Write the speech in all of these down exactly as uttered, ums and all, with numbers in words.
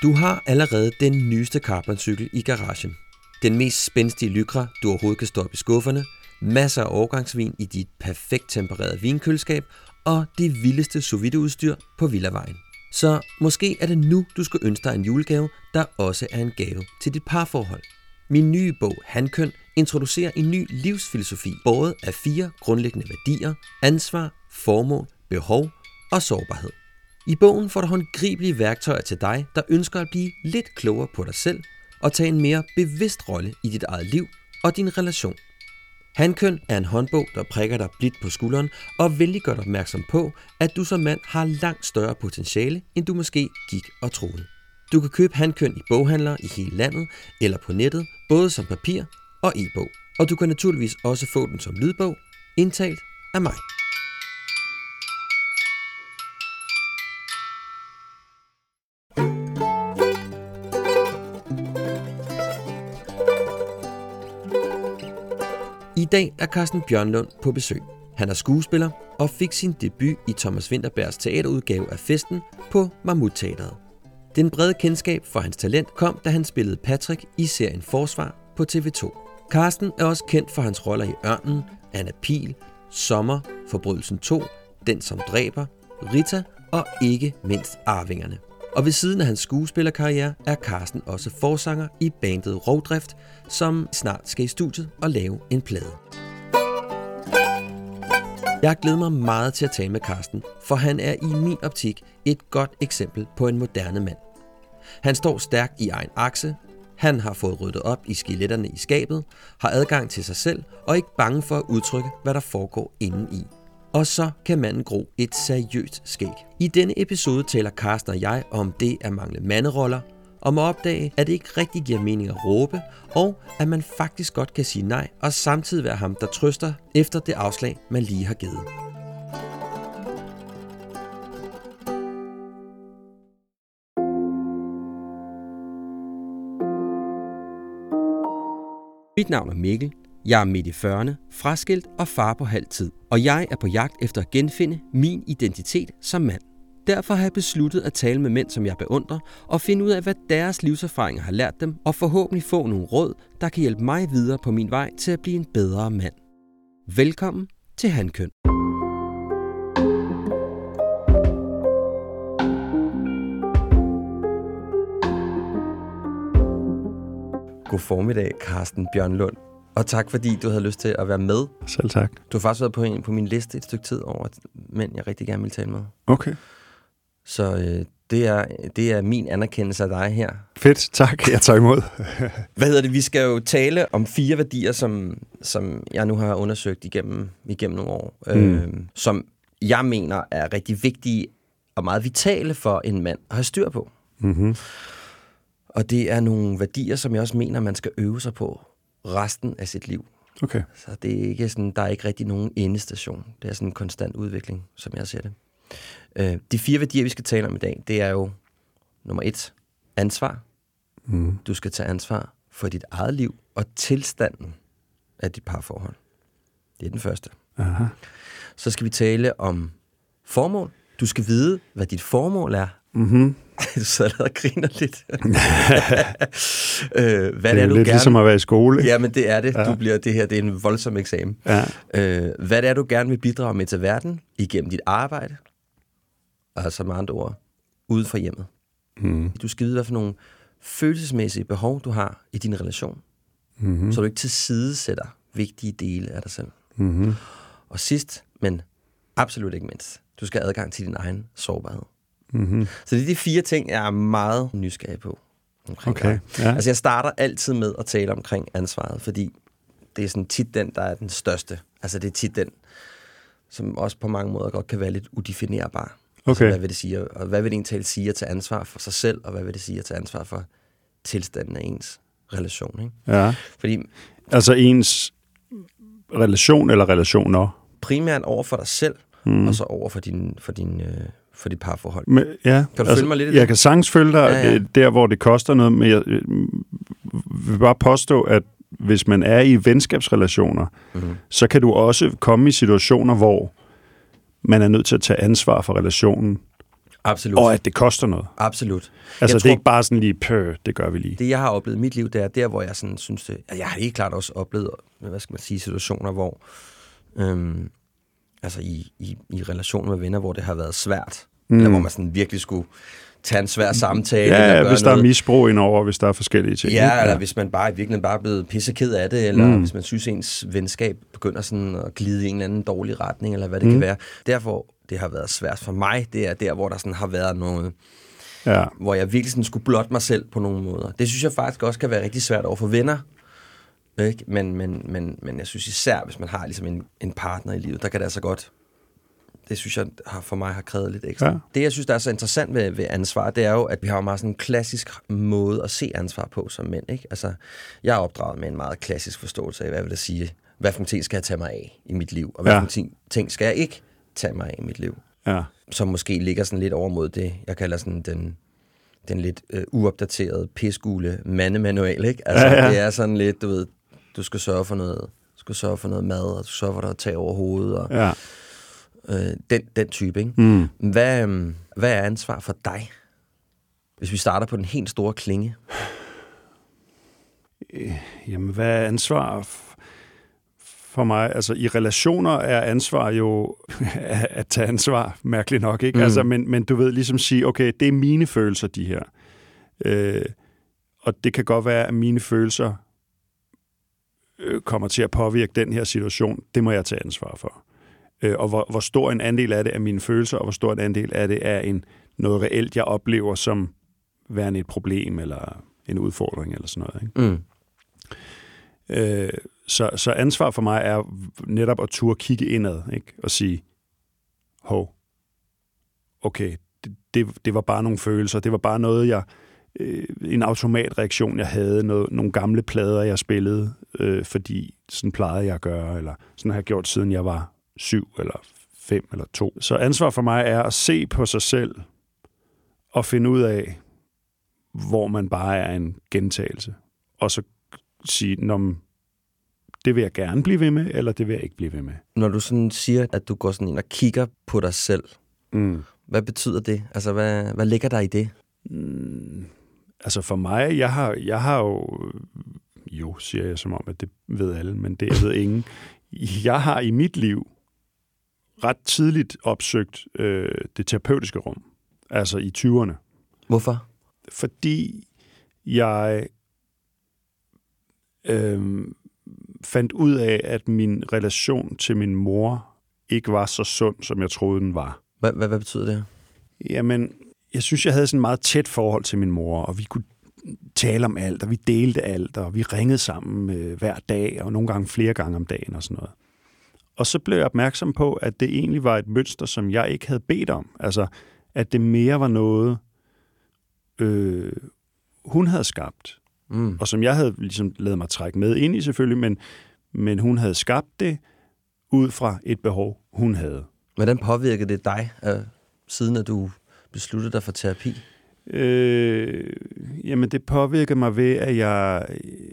Du har allerede den nyeste carboncykel i garagen. Den mest spændstige Lycra, du overhovedet kan stoppe i skufferne, masser af årgangsvin i dit perfekt tempererede vinkøleskab og det vildeste sous vide udstyr på Villavejen. Så måske er det nu, du skal ønske dig en julegave, der også er en gave til dit parforhold. Min nye bog, Hankøn, introducerer en ny livsfilosofi, båret af fire grundlæggende værdier: ansvar, formål, behov og sårbarhed. I bogen får du håndgribelige værktøjer til dig, der ønsker at blive lidt klogere på dig selv og tage en mere bevidst rolle i dit eget liv og din relation. Hankøn er en håndbog, der prikker dig blidt på skulderen og vældig godt opmærksom på, at du som mand har langt større potentiale, end du måske gik og troede. Du kan købe Hankøn i boghandlere i hele landet eller på nettet, både som papir og e-bog. Og du kan naturligvis også få den som lydbog, indtalt af mig. I dag er Carsten Bjørnlund på besøg. Han er skuespiller og fik sin debut i Thomas Vinterbergs teaterudgave af Festen på Mammutteatret. Den brede kendskab for hans talent kom, da han spillede Patrick i serien Forsvar på T V to. Carsten er også kendt for hans roller i Ørnen, Anna Pihl, Sommer, Forbrydelsen to, Den som dræber, Rita og ikke mindst Arvingerne. Og ved siden af hans skuespillerkarriere er Carsten også forsanger i bandet Rovdrift, som snart skal i studiet og lave en plade. Jeg glæder mig meget til at tale med Carsten, for han er i min optik et godt eksempel på en moderne mand. Han står stærkt i egen akse, han har fået ryddet op i skeletterne i skabet, har adgang til sig selv og er ikke bange for at udtrykke, hvad der foregår indeni. Og så kan manden gro et seriøst skæg. I denne episode taler Carsten og jeg om det at mangle manderoller, om at opdage, at det ikke rigtig giver mening at råbe, og at man faktisk godt kan sige nej, og samtidig være ham, der trøster efter det afslag, man lige har givet. Mit navn er Mikkel. Jeg er midt i fyrrerne, fraskilt og far på halv tid, og jeg er på jagt efter at genfinde min identitet som mand. Derfor har jeg besluttet at tale med mænd, som jeg beundrer, og finde ud af, hvad deres livserfaringer har lært dem, og forhåbentlig få nogle råd, der kan hjælpe mig videre på min vej til at blive en bedre mand. Velkommen til Hankøn. God formiddag, Carsten Bjørnlund. Og tak, fordi du havde lyst til at være med. Selv tak. Du har faktisk været på, en, på min liste et stykke tid over mænd, jeg rigtig gerne vil tale med. Okay. Så øh, det, er, det er min anerkendelse af dig her. Fedt, tak. Jeg tager imod. Hvad hedder det? Vi skal jo tale om fire værdier, som, som jeg nu har undersøgt igennem, igennem nogle år. Mm. Øh, som jeg mener er rigtig vigtige og meget vitale for en mand at have styr på. Mm-hmm. Og det er nogle værdier, som jeg også mener, man skal øve sig på resten af sit liv. Okay. Så det er ikke sådan, der er ikke rigtig nogen endestation. Det er sådan en konstant udvikling, som jeg ser det. Øh, de fire værdier, vi skal tale om i dag, det er jo nummer et, ansvar. Mm. Du skal tage ansvar for dit eget liv og tilstanden af dit parforhold. Det er den første. Aha. Så skal vi tale om formål. Du skal vide, hvad dit formål er. Mm-hmm. Du sidder og griner lidt. øh, hvad det er, er jo du lidt gerne... ligesom at være i skole. Ja, men det er det. Ja. Du bliver, det her det er en voldsom eksamen. Ja. Øh, hvad er du gerne vil bidrage med til verden igennem dit arbejde? Altså med andre ord, ude fra hjemmet. Mm. Du skal vide, hvad for nogle følelsesmæssige behov, du har i din relation. Mm-hmm. Så du ikke tilsidesætter vigtige dele af dig selv. Mm-hmm. Og sidst, men absolut ikke mindst, du skal have adgang til din egen sårbarhed. Mm-hmm. Så det er de fire ting, jeg er meget nysgerrig på. Okay, ja. Altså jeg starter altid med at tale omkring ansvaret, fordi det er sådan tit den, der er den største. Altså det er tit den, som også på mange måder godt kan være lidt udefinerbar. Okay. Altså, hvad vil det sige? Og hvad vil det egentlig sige at tage ansvar for sig selv, og hvad vil det sige at tage ansvar for tilstanden af ens relation? Ikke? Ja. Fordi altså ens relation eller relationer? Primært over for dig selv, mm. og så over for din, for din, øh, for dit parforhold. Men, ja, kan du altså, følge mig lidt i det? Jeg kan sagtens følge dig ja, ja. der, hvor det koster noget, men jeg vil bare påstå, at hvis man er i venskabsrelationer, mm-hmm. så kan du også komme i situationer, hvor man er nødt til at tage ansvar for relationen. Absolut. Og at det koster noget. Absolut. Altså, jeg det tror, er ikke bare sådan lige, pøh, det gør vi lige. Det, jeg har oplevet i mit liv, det er der, hvor jeg sådan synes det... Altså, jeg har helt klart også oplevet, hvad skal man sige, situationer, hvor... Øhm, altså, i, i, i relationer med venner, hvor det har været svært. Mm. Eller hvor man sådan virkelig skulle tage en svær samtale. Ja, eller hvis der noget. er misbrug indover, hvis der er forskellige ting. Ja, ja. eller hvis man bare virkelig bare er blevet pisseked af det, eller mm. hvis man synes, ens venskab begynder sådan at glide i en eller anden dårlig retning, eller hvad det mm. kan være. Derfor det har været svært for mig, det er der, hvor der sådan har været noget, ja. hvor jeg virkelig sådan skulle blotte mig selv på nogle måder. Det synes jeg faktisk også kan være rigtig svært over for venner. Ikke? Men, men, men, men jeg synes især, hvis man har ligesom en, en partner i livet, der kan det altså godt... Det synes jeg har, for mig har krævet lidt ekstra. Ja. Det, jeg synes, der er så interessant ved, ved ansvar, det er jo, at vi har en meget sådan en klassisk måde at se ansvar på som mænd. Ikke? Altså, jeg er opdraget med en meget klassisk forståelse af, hvad vil det sige, hvad for ting skal jeg tage mig af i mit liv, og hvad ja. for ting, ting skal jeg ikke tage mig af i mit liv. Ja. Som måske ligger sådan lidt over mod det, jeg kalder sådan den, den lidt øh, uopdaterede, pissegule mandemanual. Ikke? Altså, ja, ja. Det er sådan lidt, du ved, du skal sørge for noget, du skal sørge for noget mad, og du sørger for dig at tage over hovedet, og ja. Øh, den, den type, ikke? Mm. Hvad, øh, hvad er ansvar for dig? Hvis vi starter på den helt store klinge. Øh, jamen, hvad er ansvar f- for mig? Altså, i relationer er ansvar jo at tage ansvar, mærkeligt nok, ikke? Mm. Altså, men, men du ved, ligesom sige, okay, det er mine følelser, de her. Øh, og det kan godt være, at mine følelser øh, kommer til at påvirke den her situation. Det må jeg tage ansvar for. Og hvor, hvor stor en andel af det er mine følelser, og hvor stor en andel af det er en, noget reelt, jeg oplever som værende et problem, eller en udfordring, eller sådan noget. Ikke? Mm. Øh, så, så ansvar for mig er netop at turde kigge indad, ikke? Og sige, hov, okay, det, det, det var bare nogle følelser, det var bare noget, jeg, øh, en automatreaktion, jeg havde, noget, nogle gamle plader, jeg spillede, øh, fordi sådan plejede jeg at gøre, eller sådan har jeg gjort, siden jeg var syv eller fem eller to. Så ansvar for mig er at se på sig selv og finde ud af, hvor man bare er en gentagelse. Og så sige, det vil jeg gerne blive ved med, eller det vil jeg ikke blive ved med. Når du sådan siger, at du går sådan ind og kigger på dig selv, mm. hvad betyder det? Altså, hvad, hvad ligger der i det? Mm, altså for mig, jeg har, jeg har jo, jo siger jeg som om, at det ved alle, men det jeg ved ingen. Jeg har i mit liv ret tidligt opsøgt øh, det terapeutiske rum, altså i tyverne. Hvorfor? Fordi jeg øh, fandt ud af, at min relation til min mor ikke var så sund, som jeg troede, den var. Hvad, hvad, hvad betyder det? Jamen, jeg synes, jeg havde sådan et meget tæt forhold til min mor, og vi kunne tale om alt, og vi delte alt, og vi ringede sammen øh, hver dag, og nogle gange flere gange om dagen og sådan noget. Og så blev jeg opmærksom på, at det egentlig var et mønster, som jeg ikke havde bedt om. Altså, at det mere var noget, øh, hun havde skabt. Mm. Og som jeg havde ligesom lavet mig trække med ind i selvfølgelig, men, men hun havde skabt det ud fra et behov, hun havde. Hvordan påvirkede det dig, øh, siden at du besluttede dig for terapi? Øh, jamen, det påvirkede mig ved, at jeg,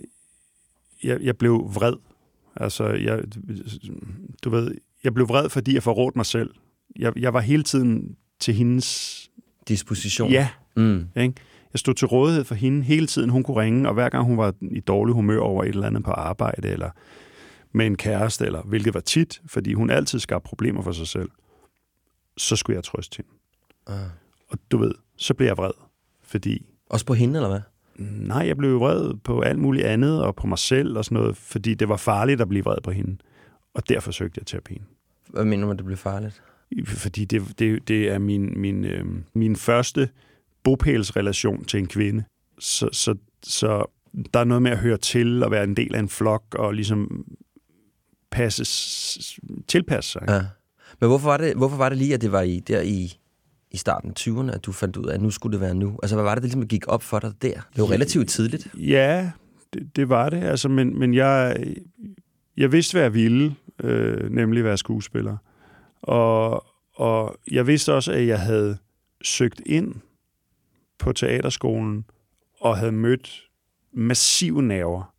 jeg, jeg blev vred. Altså, jeg, du ved, jeg blev vred, fordi jeg forrådte mig selv. Jeg, jeg var hele tiden til hendes... disposition? Ja. Mm. Ikke? Jeg stod til rådighed for hende hele tiden. Hun kunne ringe, og hver gang hun var i dårlig humør over et eller andet på arbejde, eller med en kæreste, eller hvilket var tit, fordi hun altid skabte problemer for sig selv, så skulle jeg trøste hende. Ah. Og du ved, så blev jeg vred, fordi... Også på hende, eller hvad? Nej, jeg blev vred på alt muligt andet, og på mig selv og sådan noget, fordi det var farligt at blive vred på hende. Og derfor søgte jeg terapien. Hvad mener du, at det blev farligt? Fordi det, det, det er min, min, øh, min første bopælsrelation til en kvinde. Så, så, så der er noget med at høre til, og være en del af en flok, og ligesom passes, tilpasse sig. Ja. Men hvorfor var, det, hvorfor var det lige, at det var i, der i... i starten af tyverne, at du fandt ud af, at nu skulle det være nu? Altså, hvad var det, der ligesom gik op for dig der? Det var relativt tidligt. Ja, det, det var det. Altså, men, men jeg, jeg vidste, hvad jeg ville, øh, nemlig være skuespiller. Og, og jeg vidste også, at jeg havde søgt ind på teaterskolen og havde mødt massive nerver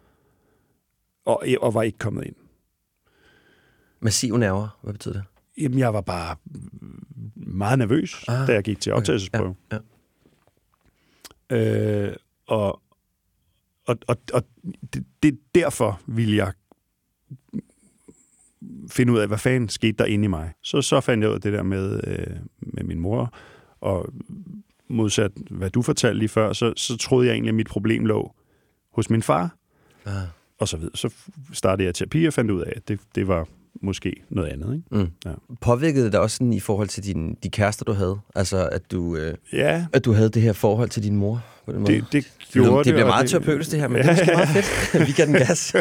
og, og var ikke kommet ind. Massive nerver? Hvad betyder det? Jamen, jeg var bare meget nervøs, ah, da jeg gik til optagelsesprøve. Okay. Ja, ja. Øh, og og, og, og det, det derfor ville jeg finde ud af, hvad fanden skete der inde i mig. Så, så fandt jeg ud af det der med, øh, med min mor, og modsat hvad du fortalte lige før, så, så troede jeg egentlig, at mit problem lå hos min far, ah. og så videre. Så startede jeg terapi og fandt ud af, at det, det var måske noget andet. Ikke? Mm. Ja. Påvirkede det dig også sådan i forhold til din, de kærester, du havde? Altså, at du, øh, ja. at du havde det her forhold til din mor på den måde? Det, det gjorde det. Det bliver meget terapeutisk, det her, men ja. det er meget fedt. Vi kan den gas.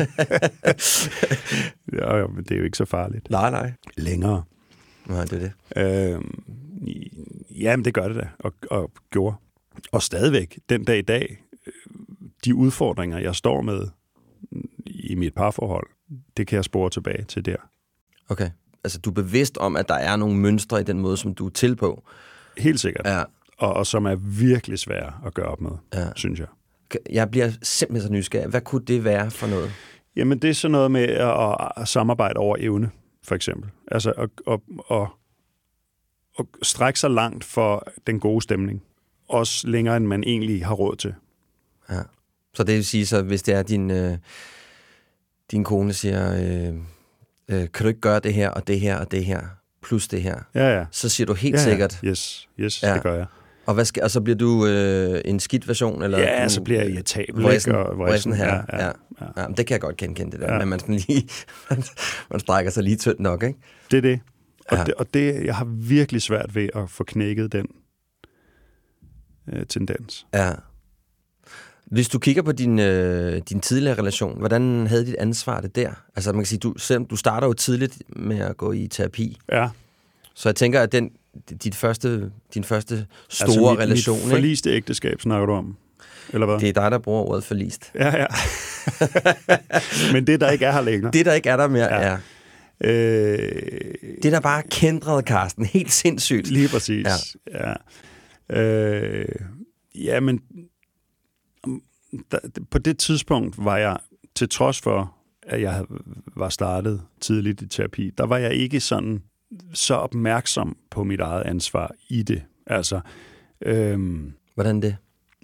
ja, ja, men det er jo ikke så farligt. Nej, nej. Længere. Nej, det er det. Øhm, jamen, det gør det da, og, og gjorde. Og stadigvæk, den dag i dag, de udfordringer, jeg står med i mit parforhold, det kan jeg spore tilbage til der. Okay. Altså, du er bevidst om, at der er nogle mønstre i den måde, som du er til på? Helt sikkert. Ja. Og, og som er virkelig svære at gøre op med, ja. synes jeg. Jeg bliver simpelthen så nysgerrig. Hvad kunne det være for noget? Jamen, det er sådan noget med at, at samarbejde over evne, for eksempel. Altså, at, at, at, at strække sig langt for den gode stemning. Også længere, end man egentlig har råd til. Ja. Så det vil sige, så hvis det er din... Øh din kone siger, øh, øh, kan du ikke gøre det her, og det her, og det her, plus det her? Ja, ja. Så siger du helt ja, ja. sikkert... Yes, yes ja. det gør jeg. Og, hvad skal, og så bliver du øh, en skidt version? Eller ja, du, så bliver jeg irritabel. Vresen, og vresen her. Ja, ja, ja. Ja. Ja, det kan jeg godt genkende, det der. Ja. Men man, lige, man, man strækker sig lige tyndt nok, ikke? Det er det. Og, ja. det. og det, jeg har virkelig svært ved at få knækket den øh, tendens. Ja. Hvis du kigger på din, øh, din tidligere relation, hvordan havde dit ansvar det der? Altså man kan sige, du, selvom du starter jo tidligt med at gå i terapi. Ja. Så jeg tænker, at den, dit første, din første store altså mit, relation... mit forliste ægteskab snakker du om, eller hvad? Det er dig, der bruger ordet forlist. Ja, ja. Men det, der ikke er her længere. Det, der ikke er der mere, ja. ja. Øh... Det, der bare kendrede, Carsten. Helt sindssygt. Lige præcis. Ja. Ja. Øh... ja, men... Der, på det tidspunkt var jeg, til trods for, at jeg var startet tidligt i terapi, der var jeg ikke sådan så opmærksom på mit eget ansvar i det. Altså, øhm, hvordan det?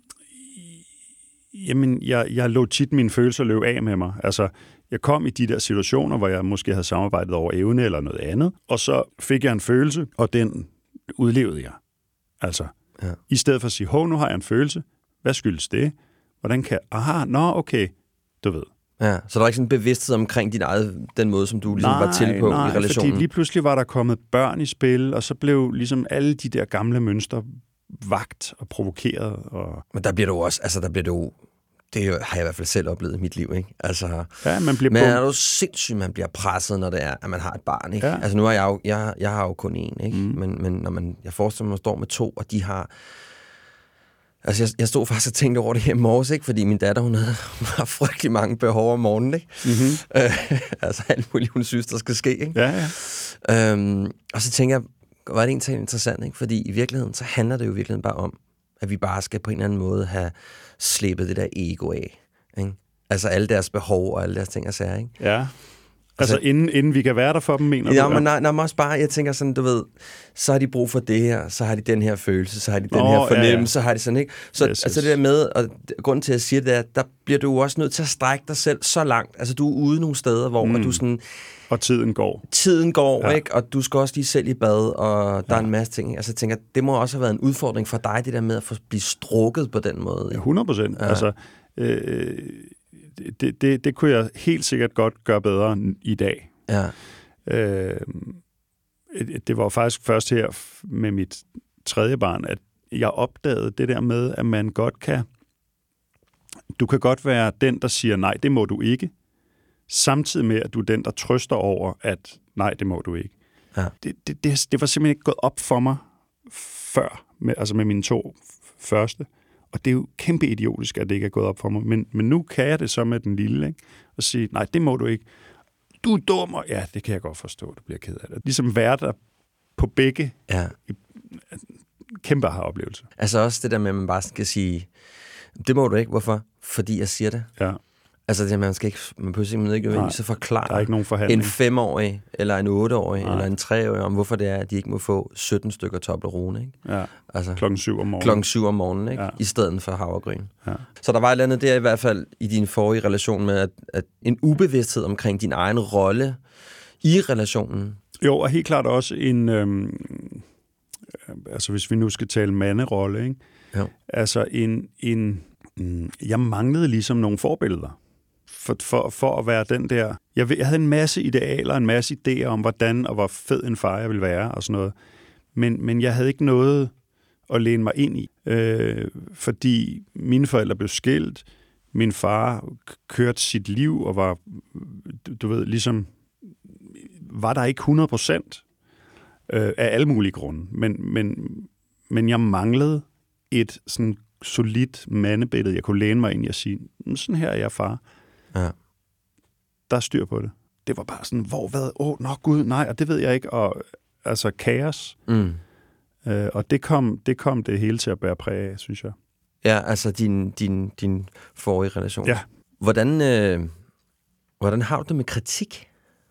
Jamen, jeg, jeg lå tit mine følelser løbe af med mig. Altså, jeg kom i de der situationer, hvor jeg måske havde samarbejdet over evne eller noget andet, og så fik jeg en følelse, og den udlevede jeg. Altså, ja. I stedet for at sige, hov, nu har jeg en følelse. Hvad skyldes det? Hvordan kan... Aha, nå, okay, du ved. Ja, så der er ikke sådan en bevidsthed omkring din eget, den måde, som du ligesom nej, var til på nej, i relationen? Fordi lige pludselig var der kommet børn i spil, og så blev ligesom alle de der gamle mønstre vagt og provokeret. Og... Men der bliver du også... Altså, der bliver du... Det har jeg i hvert fald selv oplevet i mit liv, ikke? Altså, ja, man bliver... Men er jo sindssygt, man bliver presset, når det er, at man har et barn, ikke? Ja. Altså, nu har jeg jo... Jeg, jeg har jo kun én, ikke? Mm. Men, men når man... Jeg forestiller mig, at man står med to, og de har... Altså, jeg, jeg stod faktisk og tænkte over det her i morges, ikke? Fordi min datter, hun havde, hun har frygtelig mange behov om morgenen, ikke? Mm-hmm. Øh, altså, alt muligt, hun synes, der skal ske, ikke? Ja, ja. Øhm, og så tænker jeg, var det egentlig interessant, ikke? Fordi i virkeligheden, så handler det jo i virkeligheden bare om, at vi bare skal på en eller anden måde have slippet det der ego af, ikke? Altså, alle deres behov og alle deres ting og sager, ikke? Ja. Altså, altså inden, inden vi kan være der for dem, mener ja, du? Ja, men nej, nej, men også bare, jeg tænker sådan, du ved, så har de brug for det her, så har de den her følelse, så har de den oh, her fornemmelse, ja, ja. så har de sådan, ikke? Så yes, altså det der med, og grunden til, at jeg siger det er, der bliver du også nødt til at strække dig selv så langt. Altså, du er ude nogle steder, hvor mm. du sådan... Og tiden går. Tiden går, ja. Ikke? Og du skal også lige selv i bad, og der ja. er en masse ting. Ikke? Altså, jeg tænker, det må også have været en udfordring for dig, det der med at få blive strukket på den måde. Ikke? Ja, hundrede procent. Ja. Altså... Øh, det, det, det kunne jeg helt sikkert godt gøre bedre i dag. Ja. Øh, det var faktisk først her med mit tredje barn, at jeg opdagede det der med, at man godt kan... Du kan godt være den, der siger, nej, det må du ikke, samtidig med, at du er den, der trøster over, at nej, det må du ikke. Ja. Det, det, det, det var simpelthen ikke gået op for mig før, med, altså med mine to første. Og det er jo kæmpe idiotisk, at det ikke er gået op for mig. Men, men nu kan jeg det så med den lille, ikke? Og sige, nej, det må du ikke. Du er dum, og ja, det kan jeg godt forstå, du bliver ked af det. Ligesom være der på begge. Ja. Kæmpe har oplevelse. Altså også det der med, at man bare skal sige, det må du ikke. Hvorfor? Fordi jeg siger det. Ja. Altså, det, man skal ikke, man behøver simpelthen ikke nødvendigvis at forklare der er ikke nogen forhandling. En femårig, eller en otteårig, Nej. eller en treårig, om hvorfor det er, at de ikke må få sytten stykker Toblerone, ikke? Ja, altså, klokken syv om morgenen. Klokken syv om morgenen, ikke? Ja. I stedet for havregryn. Ja. Så der var et eller andet der i hvert fald i din forrige relation med, at, at en ubevidsthed omkring din egen rolle i relationen. Jo, og helt klart også en... Øhm, altså, hvis vi nu skal tale manderolle, ikke? Jo. Altså, en... en mm, jeg manglede ligesom nogle forbilleder. For, for, for at være den der... Jeg, jeg havde en masse idealer, en masse idéer om, hvordan og hvor fed en far jeg ville være, og sådan noget. Men, men jeg havde ikke noget at læne mig ind i. Øh, fordi mine forældre blev skilt. Min far kørte sit liv, og var, du ved, ligesom... Var der ikke hundrede procent øh, af alle mulige grunde. Men, men, men jeg manglede et sådan solidt mandebillede, jeg kunne læne mig ind i og sige, sådan her er jeg, far. Ja. Der er styr på det. Det var bare sådan, hvor, hvad, åh, oh, nå gud, nej, og det ved jeg ikke, og altså kaos. Mm. Øh, og det kom, det kom det hele til at bære præg af, synes jeg. Ja, altså din, din, din forrige relation. Ja. Hvordan, øh, hvordan har du det med kritik?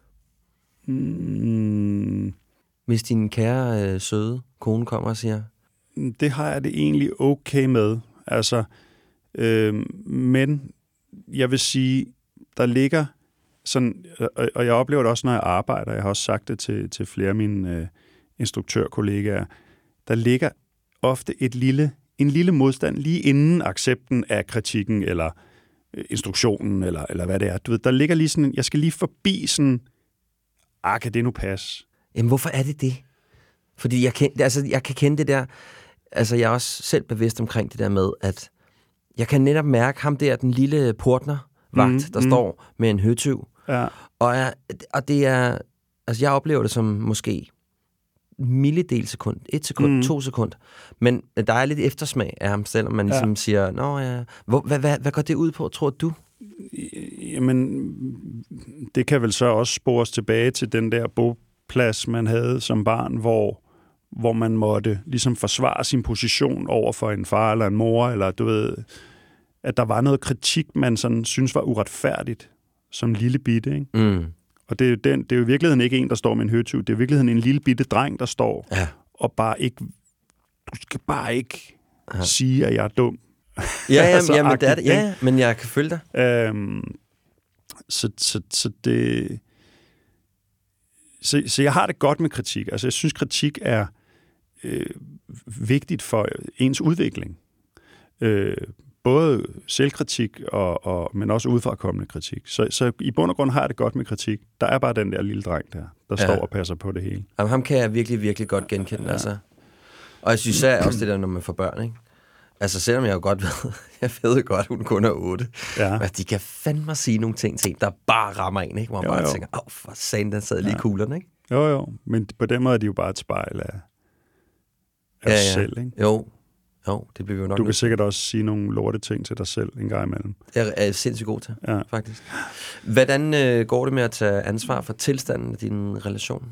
Mm. Hvis din kære øh, søde kone kommer og siger... Det har jeg det egentlig okay med. Altså, øh, men jeg vil sige, der ligger sådan, og, og jeg oplever det også, når jeg arbejder, jeg har også sagt det til, til flere af mine øh, instruktørkollegaer, der ligger ofte et lille, en lille modstand lige inden accepten af kritikken, eller øh, instruktionen, eller, eller hvad det er. Du ved, der ligger lige sådan, jeg skal lige forbi sådan, ah, kan det nu passe? Jamen, hvorfor er det det? Fordi jeg kan, altså, jeg kan kende det der, altså jeg er også selv bevidst omkring det der med, at jeg kan netop mærke ham der, den lille portner-vagt, mm, der mm. står med en høtyv. Ja. Og, er, og det er, altså jeg oplever det som måske milledel sekund, et sekund, mm. to sekund, men der er lidt eftersmag af ham, selvom man ligesom ja. siger, nå ja, hvor, hvad, hvad, hvad går det ud på, tror du? Jamen, det kan vel så også spores tilbage til den der boplads, man havde som barn, hvor, hvor man måtte ligesom forsvare sin position over for en far eller en mor, eller du ved, at der var noget kritik, man sådan synes var uretfærdigt som lille bitte, ikke? Mm. Og det er, jo den, det er jo i virkeligheden ikke en, der står med en høtyv. Det er i virkeligheden en lille bitte dreng, der står ja. og bare ikke... Du skal bare ikke ja. sige, at jeg er dum. Ja, jamen, så jamen, det er det. Ja, men jeg kan følge dig. Øhm, så, så, så det... Så, så jeg har det godt med kritik. Altså, jeg synes, kritik er øh, vigtigt for ens udvikling. Øh, både selvkritik, og, og, men også udefrakommende kritik. Så, så i bund og grund har jeg det godt med kritik. Der er bare den der lille dreng der, der ja. står og passer på det hele. Jamen, ham kan jeg virkelig, virkelig godt genkende. Ja. Altså. Og jeg synes også det der, når man får børn, ikke? Altså, selvom jeg jo godt ved, jeg ved godt, hun kun er otte, ja. Men de kan fandme sige nogle ting til en, der bare rammer en, ikke? Hvor man jo, bare jo. tænker, åh, oh, for satan, den sad lige ja. kuglerne, ikke? Jo, jo, men på den måde er de jo bare et spejl af, af ja, ja. selv, ikke? Jo, jo, det bliver jo nok... Du kan sikkert også sige nogle lorte ting til dig selv en gang imellem. Jeg er sindssygt god til, ja. faktisk. Hvordan øh, går det med at tage ansvar for tilstanden af din relation?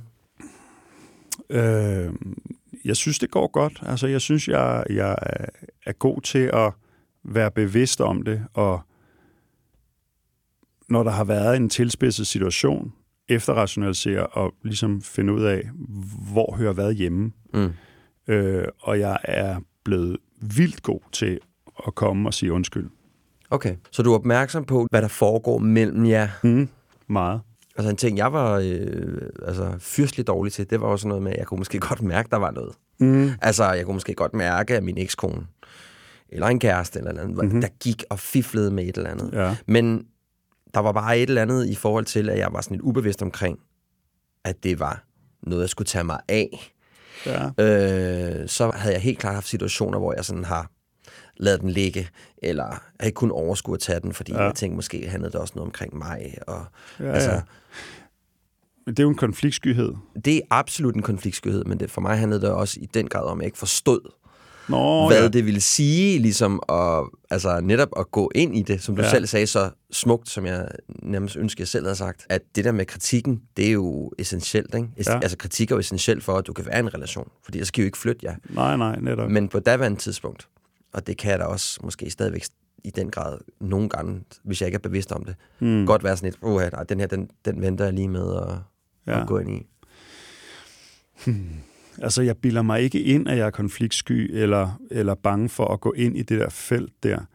Øh... Jeg synes, det går godt. Altså, jeg synes, jeg, jeg er god til at være bevidst om det, og når der har været en tilspidset situation, efterrationalisere og ligesom finde ud af, hvor hører hvad hjemme. Mm. Øh, og jeg er blevet vildt god til at komme og sige undskyld. Okay, så du er opmærksom på, hvad der foregår mellem jer? Mm, meget. Altså en ting, jeg var øh, altså, fyrstelig dårlig til, det var også noget med, at jeg kunne måske godt mærke, der var noget. Mm. Altså, jeg kunne måske godt mærke, at min ekskone, eller en kæreste eller andet, mm-hmm. der gik og fiflede med et eller andet. Ja. Men der var bare et eller andet i forhold til, at jeg var sådan lidt ubevidst omkring, at det var noget, jeg skulle tage mig af. Ja. Øh, så havde jeg helt klart haft situationer, hvor jeg sådan har ladet den ligge, eller jeg ikke kunne overskue at tage den, fordi ja. jeg tænkte, måske handlede det også noget omkring mig. Og, ja, altså, ja. Men det er jo en konfliktskyhed. Det er absolut en konfliktskyhed, men det, for mig handlede det også i den grad om, at jeg ikke forstod, Nå, hvad ja. det ville sige, ligesom at, altså netop at gå ind i det, som du ja. selv sagde så smukt, som jeg nærmest ønsker, jeg selv havde sagt, at det der med kritikken, det er jo essentielt, ikke? Ja. Altså kritik er jo essentielt for, at du kan være i en relation, fordi jeg skal jo ikke flytte jer. Nej, nej, netop. Men på daværende tidspunkt, og det kan jeg da også måske stadigvæk i den grad nogle gange, hvis jeg ikke er bevidst om det, mm. godt være sådan et, åh, nej, den her, den, den venter jeg lige med at, ja. at gå ind i. Hmm. Altså, jeg bilder mig ikke ind, at jeg er konfliktsky eller, eller bange for at gå ind i det der felt der.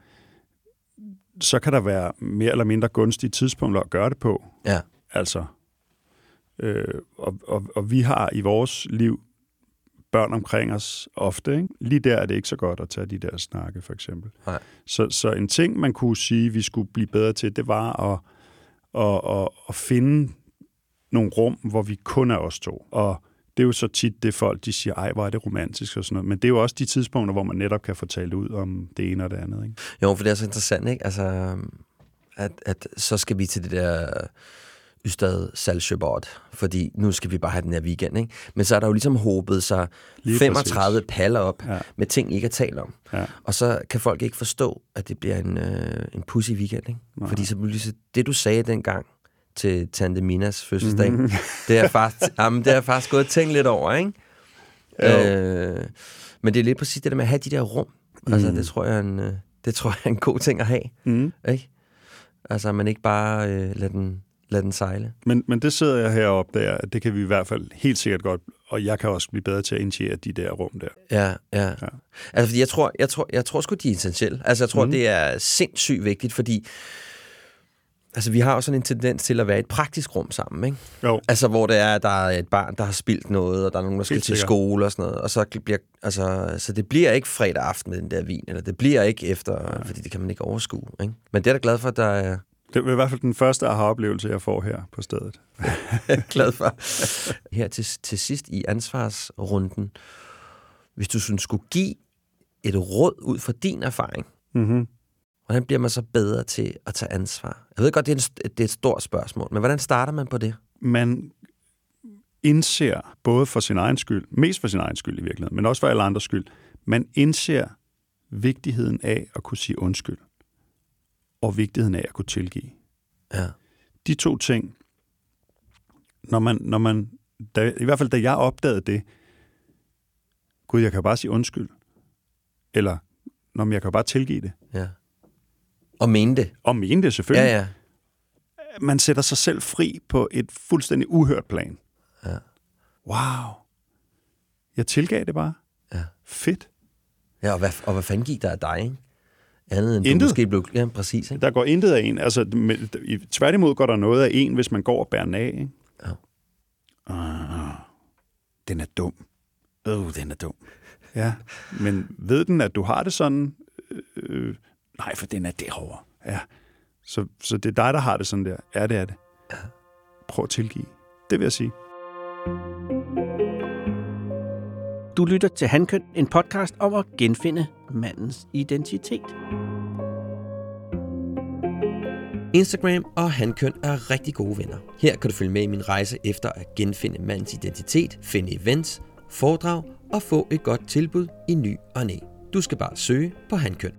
Så kan der være mere eller mindre gunstige tidspunkter at gøre det på. Ja. Altså, øh, og, og, og vi har i vores liv børn omkring os ofte, ikke? Lige der er det ikke så godt at tage de der snakke, for eksempel. Nej. Så, så en ting, man kunne sige, vi skulle blive bedre til, det var at, at, at, at finde nogle rum, hvor vi kun er os to. Og det er jo så tit det folk, de siger, ej, hvor er det romantisk og sådan noget. Men det er jo også de tidspunkter, hvor man netop kan få talt ud om det ene og det andet, ikke? Jo, for det er så interessant, ikke? Altså, at, at så skal vi til det der Ystad Saltsjöbad, fordi nu skal vi bare have den her weekend, ikke? Men så er der jo ligesom håbet sig lige femogtredive præcis. Paller op ja. Med ting, I ikke at tale om. Ja. Og så kan folk ikke forstå, at det bliver en, øh, en pussy weekend, ikke? Nej. Fordi så bliver det, du sagde dengang til Tante Minas fødselsdag, mm-hmm. det er faktisk, jamen, det er faktisk gået at tænke lidt over, ikke? Øh, men det er lidt præcis det der med at have de der rum. Mm. Altså, det tror jeg er en, det tror jeg er en god ting at have, mm. ikke? Altså, man ikke bare øh, lader den Lad den sejle. Men, men det sidder jeg heroppe der, at det kan vi i hvert fald helt sikkert godt, og jeg kan også blive bedre til at initiere de der rum der. Ja, ja. ja. Altså, fordi jeg tror, jeg tror, jeg tror sgu, de er essentielle. Altså, jeg tror, mm. det er sindssygt vigtigt, fordi altså, vi har jo sådan en tendens til at være i et praktisk rum sammen, ikke? Jo. Altså, hvor det er, der er et barn, der har spildt noget, og der er nogen, der skal helt til sikkert. Skole og sådan noget, og så bliver, altså, så det bliver ikke fredag aften med den der vin, eller det bliver ikke efter, ja. Fordi det kan man ikke overskue, ikke? Men det er da glad for, at der er det er i hvert fald den første aha-oplevelse, jeg får her på stedet. Glad for. Her til, til sidst i ansvarsrunden, hvis du sådan skulle give et råd ud fra din erfaring, mm-hmm. hvordan bliver man så bedre til at tage ansvar? Jeg ved godt, det er, en, det er et stort spørgsmål, men hvordan starter man på det? Man indser, både for sin egen skyld, mest for sin egen skyld i virkeligheden, men også for alle andres skyld, man indser vigtigheden af at kunne sige undskyld. Og vigtigheden af at kunne tilgive. Ja. De to ting, når man, når man da, i hvert fald da jeg opdagede det, gud, jeg kan bare sige undskyld. Eller, når jeg kan bare tilgive det. Ja. Og mene det. Og mene det, selvfølgelig. Ja, ja. Man sætter sig selv fri på et fuldstændig uhørt plan. Ja. Wow. Jeg tilgav det bare. Ja. Fedt. Ja, og hvad, og hvad fanden gik der af dig, ikke? Andet end intet. Du måske blev... Ja, præcis, ikke? Der går intet af en. Altså, med, tværtimod går der noget af en, hvis man går og bærer den af, ikke? Ja. Uh, den er dum. Åh, oh, den er dum. Ja, men ved den, at du har det sådan? Øh, nej, for den er derovre. Ja. Så, så det er dig, der har det sådan der. Ja, det er det. Ja. Prøv at tilgive. Det vil jeg sige. Du lytter til Hankøn, en podcast om at genfinde mandens identitet. Instagram og Hankøn er rigtig gode venner. Her kan du følge med i min rejse efter at genfinde mandens identitet, finde events, foredrag og få et godt tilbud i ny og næ. Du skal bare søge på Hankøn.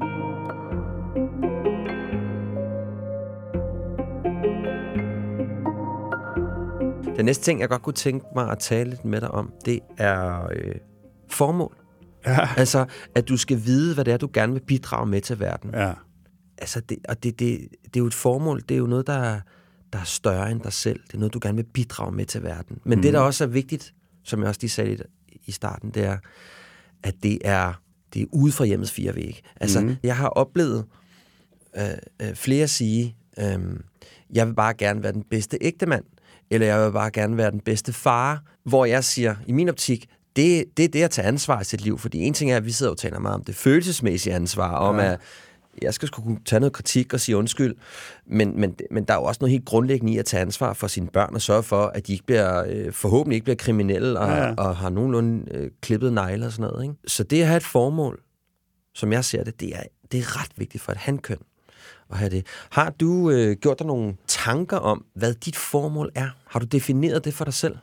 Den næste ting, jeg godt kunne tænke mig at tale lidt med dig om, det er øh, formål. Ja. Altså, at du skal vide, hvad det er, du gerne vil bidrage med til verden. Ja. Altså, det, og det, det, det er jo et formål, det er jo noget, der er, der er større end dig selv. Det er noget, du gerne vil bidrage med til verden. Men mm. det, der også er vigtigt, som jeg også lige sagde lidt i starten, det er, at det er, det er ude fra hjemmets fire vægge. Altså, mm. jeg har oplevet øh, øh, flere sige, øh, jeg vil bare gerne være den bedste ægtemand, eller jeg vil bare gerne være den bedste far, hvor jeg siger, i min optik, det, det er det at tage ansvar i sit liv, fordi en ting er, at vi sidder og taler meget om det følelsesmæssige ansvar, om ja. at jeg skal sgu kunne tage noget kritik og sige undskyld, men, men, men der er jo også noget helt grundlæggende i at tage ansvar for sine børn og sørge for, at de ikke bliver, øh, forhåbentlig ikke bliver kriminelle og, ja. og har nogenlunde øh, klippet negle og sådan noget. Ikke? Så det at have et formål, som jeg ser det, det er, det er ret vigtigt for et hankøn at have det. Har du øh, gjort dig nogle tanker om, hvad dit formål er? Har du defineret det for dig selv?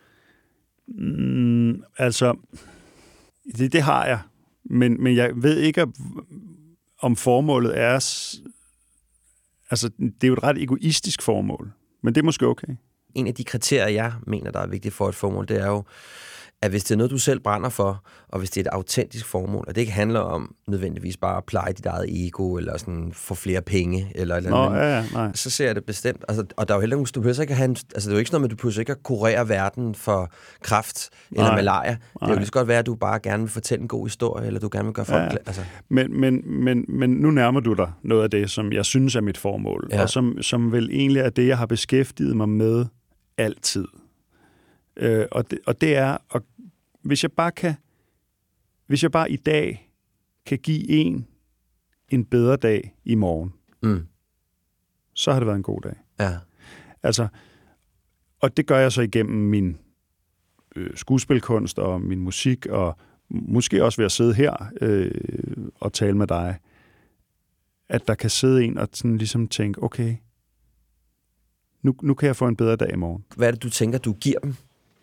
Mm, altså, det, det har jeg. Men, men jeg ved ikke, om formålet er... Altså, det er jo et ret egoistisk formål. Men det er måske okay. En af de kriterier, jeg mener, der er vigtigt for et formål, det er jo, at hvis det er noget, du selv brænder for, og hvis det er et autentisk formål, og det ikke handler om nødvendigvis bare at pleje dit eget ego, eller sådan få flere penge, eller eller Nå, andet, ja, ja, nej. så ser jeg det bestemt. Altså, og der er jo heller ikke, du behøver ikke at have en, altså det er jo ikke sådan noget, med, du behøver ikke at kurere verden for kræft eller Nej, malaria. Det er jo nej. lige så godt være, at du bare gerne vil fortælle en god historie, eller du gerne vil gøre folk... Ja. Altså. Men, men, men, men nu nærmer du dig noget af det, som jeg synes er mit formål, Ja. og som, som vel egentlig er det, jeg har beskæftiget mig med altid. Øh, og, det, og det er, at hvis jeg bare kan, hvis jeg bare i dag kan give en en bedre dag i morgen, Mm. så har det været en god dag. Ja. Altså, og det gør jeg så igennem min øh, skuespilkunst og min musik, og måske også ved at sidde her øh, og tale med dig, at der kan sidde en og sådan ligesom tænke, okay, nu, nu kan jeg få en bedre dag i morgen. Hvad er det, du tænker, du giver dem?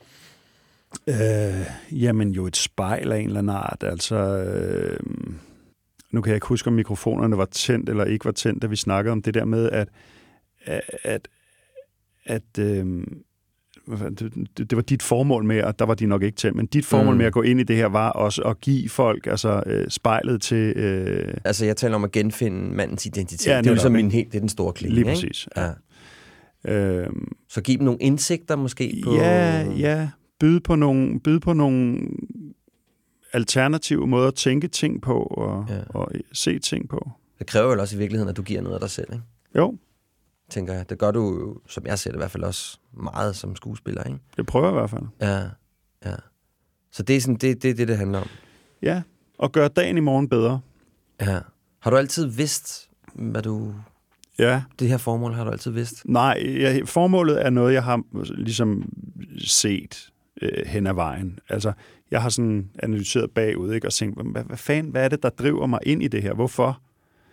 Øh, jamen jo et spejl af en eller anden art. Altså, øh, nu kan jeg ikke huske, om mikrofonerne var tændt eller ikke var tændt, da vi snakkede om det der med, at, at, at øh, det, det var dit formål med, og der var de nok ikke til, men dit formål Mm. med at gå ind i det her var også at give folk altså, øh, spejlet til... Øh, Altså, jeg taler om at genfinde mandens identitet. Ja, det er jo ligesom netop, min helt, det er den store klinge, lige ikke? præcis. Ja. Øh, Så giv dem nogle indsigter måske på... Ja, ja. Byde på nogle, byde på nogle alternative måder at tænke ting på og, Ja. ja. og se ting på. Det kræver jo også i virkeligheden, at du giver noget af dig selv, ikke? Jo, Tænker jeg. Det gør du jo, som jeg ser det i hvert fald også, meget som skuespiller, ikke? det prøver jeg i hvert fald. Ja, ja. Så det er sådan, det, det, det, det handler om. Ja, og gøre dagen i morgen bedre. Ja. Har du altid vidst, hvad du... Ja, Det her formål har du altid vidst? nej, jeg, formålet er noget, jeg har ligesom set øh, hen ad vejen. Altså, jeg har sådan analyseret bagud, ikke, og tænkt, hvad, hvad fanden, hvad er det, der driver mig ind i det her? Hvorfor?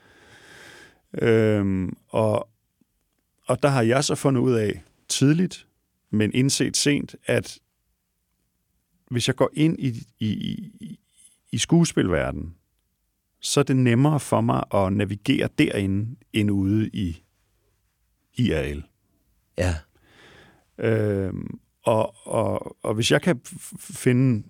Øhm, og, og der har jeg så fundet ud af tidligt, men indset sent, at hvis jeg går ind i, i, i, i skuespilverdenen, så er det nemmere for mig at navigere derinde, end ude i I R L. Ja. Øhm, og, og, og hvis jeg kan f- finde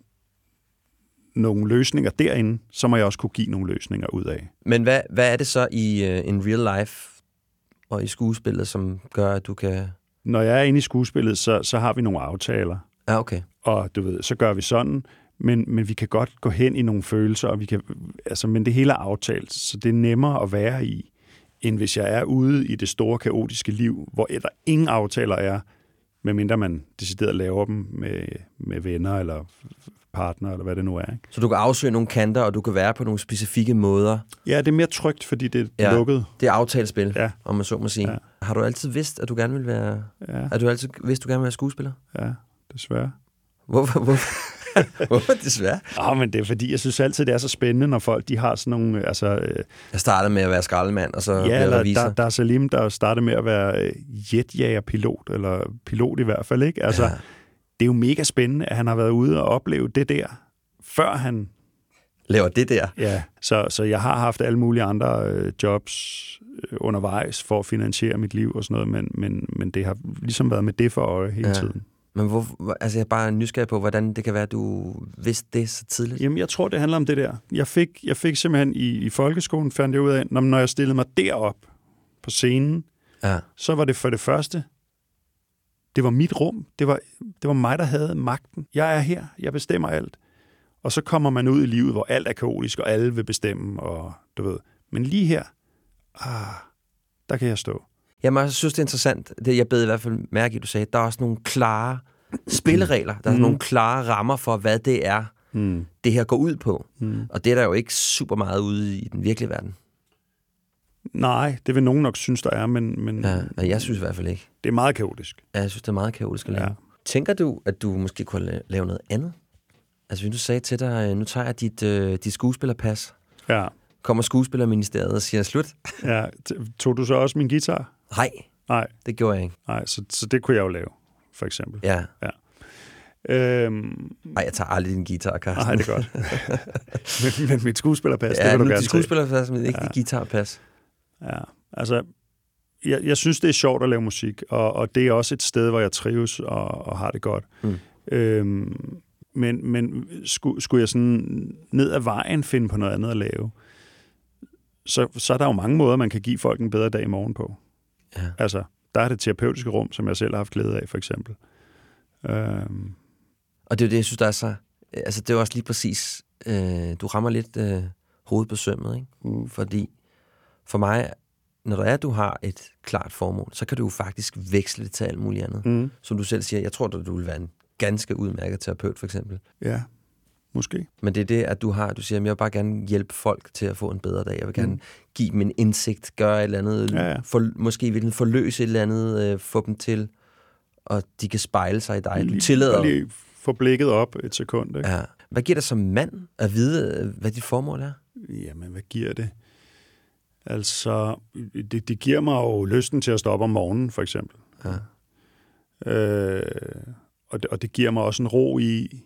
nogle løsninger derinde, så må jeg også kunne give nogle løsninger ud af. Men hvad, hvad er det så i uh, in real life og i skuespillet, som gør, at du kan... Når jeg er inde i skuespillet, så, så har vi nogle aftaler, Ja, okay. og du ved, så gør vi sådan, men, men vi kan godt gå hen i nogle følelser, og vi kan, altså, men det hele er aftalt, så det er nemmere at være i, end hvis jeg er ude i det store, kaotiske liv, hvor der ingen aftaler er, medmindre man decideret laver dem med, med venner eller partner, eller hvad det nu er. Ikke? Så du kan afsøge nogle kanter, og du kan være på nogle specifikke måder. Ja, det er mere trygt, fordi det er Ja. lukket. Det er aftalespil, Ja. om man så må sige. Ja. Har du altid vidst, at du gerne vil være... Ja, Har du altid vidst, at du gerne vil være skuespiller? ja, desværre. Hvorfor? Hvorfor? Hvorfor desværre? Ja, men det er fordi, jeg synes altid, det er så spændende, når folk de har sådan nogle... Altså, øh, Jeg startede med at være skraldemand, og så ja, blev jeg eller revisor. der, der er Salim, der startede med at være øh, jetjagerpilot, eller pilot i hvert fald, ikke? Altså, Ja. det er jo mega spændende, at han har været ude og opleve det der, før han... Laver det der. Ja, så, så jeg har haft alle mulige andre øh, jobs øh, undervejs for at finansiere mit liv og sådan noget, men, men, men det har ligesom været med det for øje hele Ja. tiden. Men hvor, hvor- altså jeg er bare nysgerrig på, hvordan det kan være, at du vidste det så tidligt. Jamen, jeg tror, det handler om det der. Jeg fik, jeg fik simpelthen i, i folkeskolen, fandt jeg ud af, når, når jeg stillede mig derop på scenen, Ja. så var det for det første, det var mit rum. Det var, det var mig, der havde magten. Jeg er her. Jeg bestemmer alt. Og så kommer man ud i livet, hvor alt er kaotisk, og alle vil bestemme, og du ved. Men lige her, ah, der kan jeg stå. Jamen, jeg synes, det er interessant. Det, jeg bed i hvert fald mærke i, at du sagde, at der er også nogle klare spilleregler. Der er mm. nogle klare rammer for, hvad det er, Mm. det her går ud på. Mm. Og det er der jo ikke super meget ude i den virkelige verden. Nej, det vil nogen nok synes, der er, men, men Ja, og jeg synes i hvert fald ikke. det er meget kaotisk. Ja, jeg synes, det er meget kaotisk at lave. Ja. Ja. Tænker du, at du måske kunne la- lave noget andet? Altså, hvis du sagde til dig, nu tager jeg dit, øh, dit skuespillerpas. Ja, Kommer skuespillerministeriet og siger, slut? ja. T- Tog du så også min guitar? Nej, Nej, det gjorde jeg ikke. nej, så, så det kunne jeg jo lave, for eksempel. Ja. Øhm, Nej, jeg tager aldrig din guitar, Carsten. nej, det er godt. men, men mit skuespillerpas, Ja, det vil du nu, gerne dit se. skuespillerpas, men ikke Ja. dit guitarpas. Ja, altså, jeg, jeg synes, det er sjovt at lave musik, og, og det er også et sted, hvor jeg trives og, og har det godt. Mm. Øhm, men, men skulle, skulle jeg sådan ned ad vejen finde på noget andet at lave, så, så er der jo mange måder, man kan give folk en bedre dag i morgen på. Ja. Altså, der er det terapeutiske rum, som jeg selv har haft glæde af, for eksempel. Øhm. Og det er jo det, jeg synes, der er så... Altså, det er jo også lige præcis... Øh, du rammer lidt øh, hovedet på sømmet, ikke? Mm. Fordi for mig, når der er, du har et klart formål, så kan du jo faktisk veksle det til alt muligt andet. Mm. Som du selv siger, jeg tror, at du vil være en ganske udmærket terapeut, for eksempel. Ja, måske. Men det er det, at du har, du siger, at jeg vil bare gerne hjælpe folk til at få en bedre dag. Jeg vil gerne Mm. give dem en indsigt, gøre et eller andet, Ja, ja. For, måske vil den forløse et eller andet, øh, få dem til, og de kan spejle sig i dig. Du Lige, tillader... lige få blikket op et sekund. Ikke? Ja. Hvad giver dig som mand at vide, hvad dit formål er? Jamen, hvad giver det? Altså, det, det giver mig jo lysten til at stoppe om morgenen, for eksempel. Ja. Øh, og, det, og det giver mig også en ro i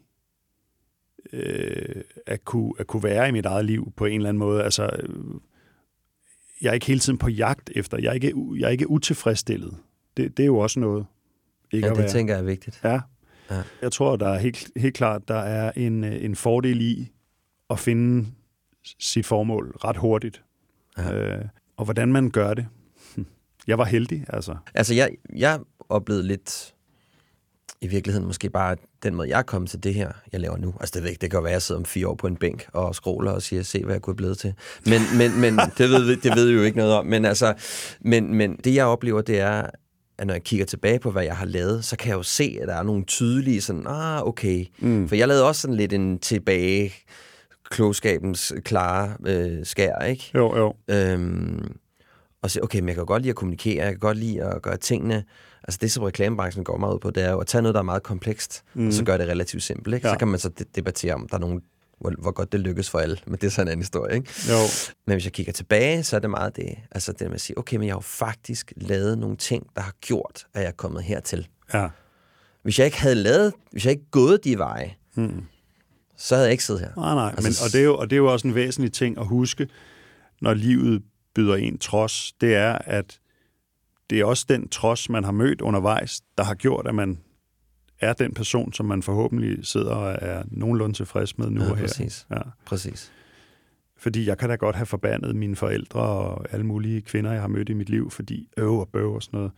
øh, at, kunne, at kunne være i mit eget liv på en eller anden måde. Altså, jeg er ikke hele tiden på jagt efter. Jeg er ikke, jeg er ikke utilfredsstillet. Det, det er jo også noget. Ikke Ja, at det være. tænker jeg er vigtigt. Ja. Ja. Jeg tror, der er helt, helt klart, der er en, en fordel i at finde sit formål ret hurtigt. Ja. Øh, og hvordan man gør det. Jeg var heldig, altså. Altså, jeg, jeg oplevede lidt, i virkeligheden måske bare den måde, jeg er kommet til det her, jeg laver nu. Altså, det, ved ikke, det kan jo være, at jeg sidder om fire år på en bænk og scroller og siger, se, hvad jeg kunne have blevet til. Men, men, men det, ved, vi- det ved jeg jo ikke noget om. Men, altså, men, men det, jeg oplever, det er, at når jeg kigger tilbage på, hvad jeg har lavet, så kan jeg jo se, at der er nogle tydelige sådan, ah, okay. Mm. For jeg lavede også sådan lidt en tilbage klogskabens klare øh, skær, ikke? Jo, jo. Øhm, og så, okay, men jeg kan godt lide at kommunikere, jeg kan godt lide at gøre tingene, altså det, som reklamebranchen går meget ud på, det er jo at tage noget, der er meget komplekst, mm. og så gøre det relativt simpelt, ikke? Ja. Så kan man så de- debattere, om der er nogen, hvor, hvor godt det lykkes for alle, men det er så en anden historie, ikke? Jo. Men hvis jeg kigger tilbage, så er det meget det, altså det med at sige, okay, men jeg har jo faktisk lavet nogle ting, der har gjort, at jeg er kommet hertil. Ja. Hvis jeg ikke havde lavet, hvis jeg ikke gået de veje, Mm. så havde jeg ikke siddet her. Nej, nej. Altså, Men, og, det er jo, og det er jo også en væsentlig ting at huske, når livet byder en trods, det er, at det er også den trods, man har mødt undervejs, der har gjort, at man er den person, som man forhåbentlig sidder og er nogenlunde tilfreds med nu Ja, og her. præcis. Ja. Præcis. Fordi jeg kan da godt have forbandet mine forældre og alle mulige kvinder, jeg har mødt i mit liv, fordi øv og bøv og sådan noget.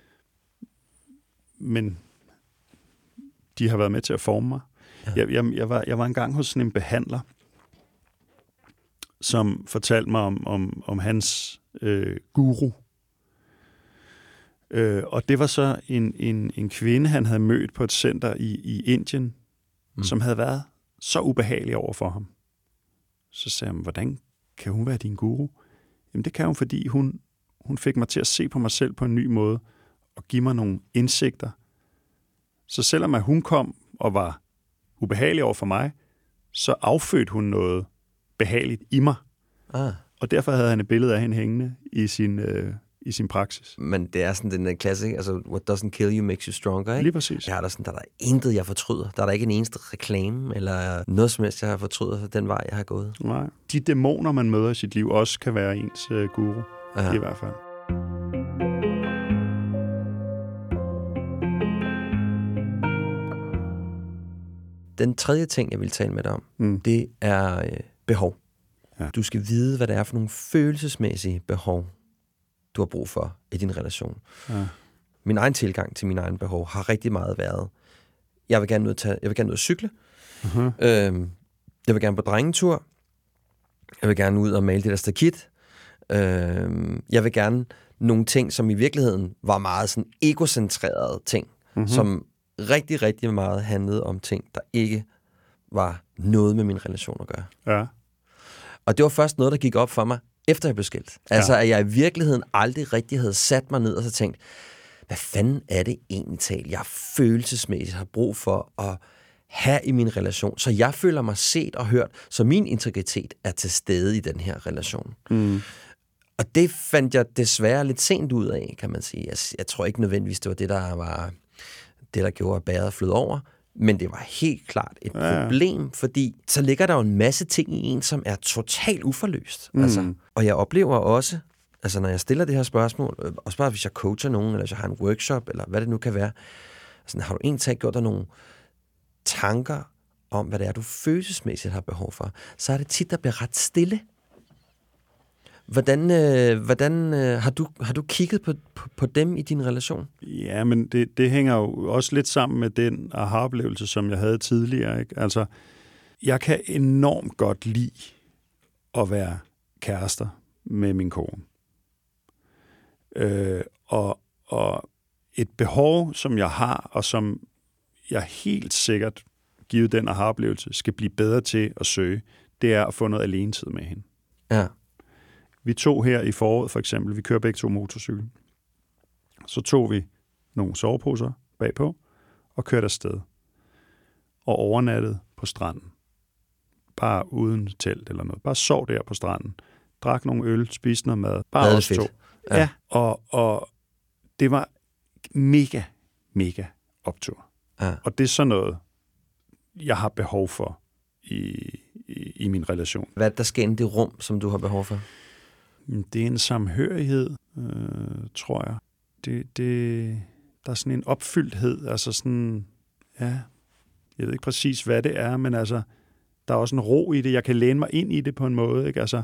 Men de har været med til at forme mig. Ja. Jeg, jeg, jeg, var, jeg var engang hos sådan en behandler, som fortalte mig om, om, om hans øh, guru. Øh, og det var så en, en, en kvinde, han havde mødt på et center i, i Indien, mm. som havde været så ubehagelig over for ham. Så sagde han, hvordan kan hun være din guru? Jamen det kan hun, fordi hun, hun fik mig til at se på mig selv på en ny måde, og give mig nogle indsigter. Så selvom at hun kom og var ubehagelig over for mig, så affødte hun noget behageligt i mig. Ah. Og derfor havde han et billede af hende hængende i sin, øh, i sin praksis. Men det er sådan den der klassik, altså what doesn't kill you makes you stronger, ikke? Lige præcis. Jeg har der sådan, der er der intet, jeg fortryder. Der er der ikke en eneste reklame, eller noget som helst, jeg har fortrydet for den vej, jeg har gået. Nej. De dæmoner, man møder i sit liv, også kan være ens øh, guru, Aha. i hvert fald. Den tredje ting, jeg vil tale med dig om, Mm. det er øh, behov. Ja. Du skal vide, hvad det er for nogle følelsesmæssige behov, du har brug for i din relation. Ja. Min egen tilgang til mine egne behov har rigtig meget været, jeg vil gerne ud at, tage, jeg vil gerne ud at cykle, Uh-huh. øhm, jeg vil gerne på drengetur, jeg vil gerne ud og male det der stakit, øhm, jeg vil gerne nogle ting, som i virkeligheden var meget sådan egocentrerede ting, Mm-hmm. som rigtig, rigtig meget handlede om ting, der ikke var noget med min relation at gøre. Ja. Og det var først noget, der gik op for mig, efter jeg blev skilt. Altså, at jeg i virkeligheden aldrig rigtig havde sat mig ned og så tænkt, hvad fanden er det egentlig tal, jeg følelsesmæssigt har brug for at have i min relation, så jeg føler mig set og hørt, så min integritet er til stede i den her relation. Mm. Og det fandt jeg desværre lidt sent ud af, kan man sige. Jeg, jeg tror ikke nødvendigvis, det var det, der var det, der gjorde, at bæret flød over. Men det var helt klart et Ja. problem, fordi så ligger der jo en masse ting i en, som er totalt uforløst. Mm. Altså, og jeg oplever også, altså når jeg stiller det her spørgsmål, også bare hvis jeg coacher nogen, eller hvis jeg har en workshop, eller hvad det nu kan være, sådan, har du egentlig gjort dig nogle tanker om, hvad det er, du følelsesmæssigt har behov for, så er det tit, der bliver ret stille. Hvordan, øh, hvordan øh, har, du, har du kigget på, på, på dem i din relation? Ja, men det, det hænger jo også lidt sammen med den aha-oplevelse, som jeg havde tidligere. Ikke? Altså, jeg kan enormt godt lide at være kærester med min kone. Øh, og, og et behov, som jeg har, og som jeg helt sikkert, givet den aha-oplevelse, skal blive bedre til at søge, det er at få noget alenetid med hende. Ja. Vi tog her i foråret, for eksempel, vi kører begge to motorcykel. Så tog vi nogle soveposer bagpå og kørte afsted. Og overnattede på stranden. Bare uden telt eller noget. Bare sov der på stranden. Drak nogle øl, spiste noget mad. Bare os to. Ja, ja og, og det var mega, mega optur. Ja. Og det er sådan noget, jeg har behov for i, i, i min relation. Hvad er der skal ind i det rum, som du har behov for? Det er en samhørighed, øh, tror jeg. Det, det, der er sådan en opfyldthed, altså sådan, ja, jeg ved ikke præcis, hvad det er, men altså, der er også en ro i det. Jeg kan læne mig ind i det på en måde, ikke? Altså,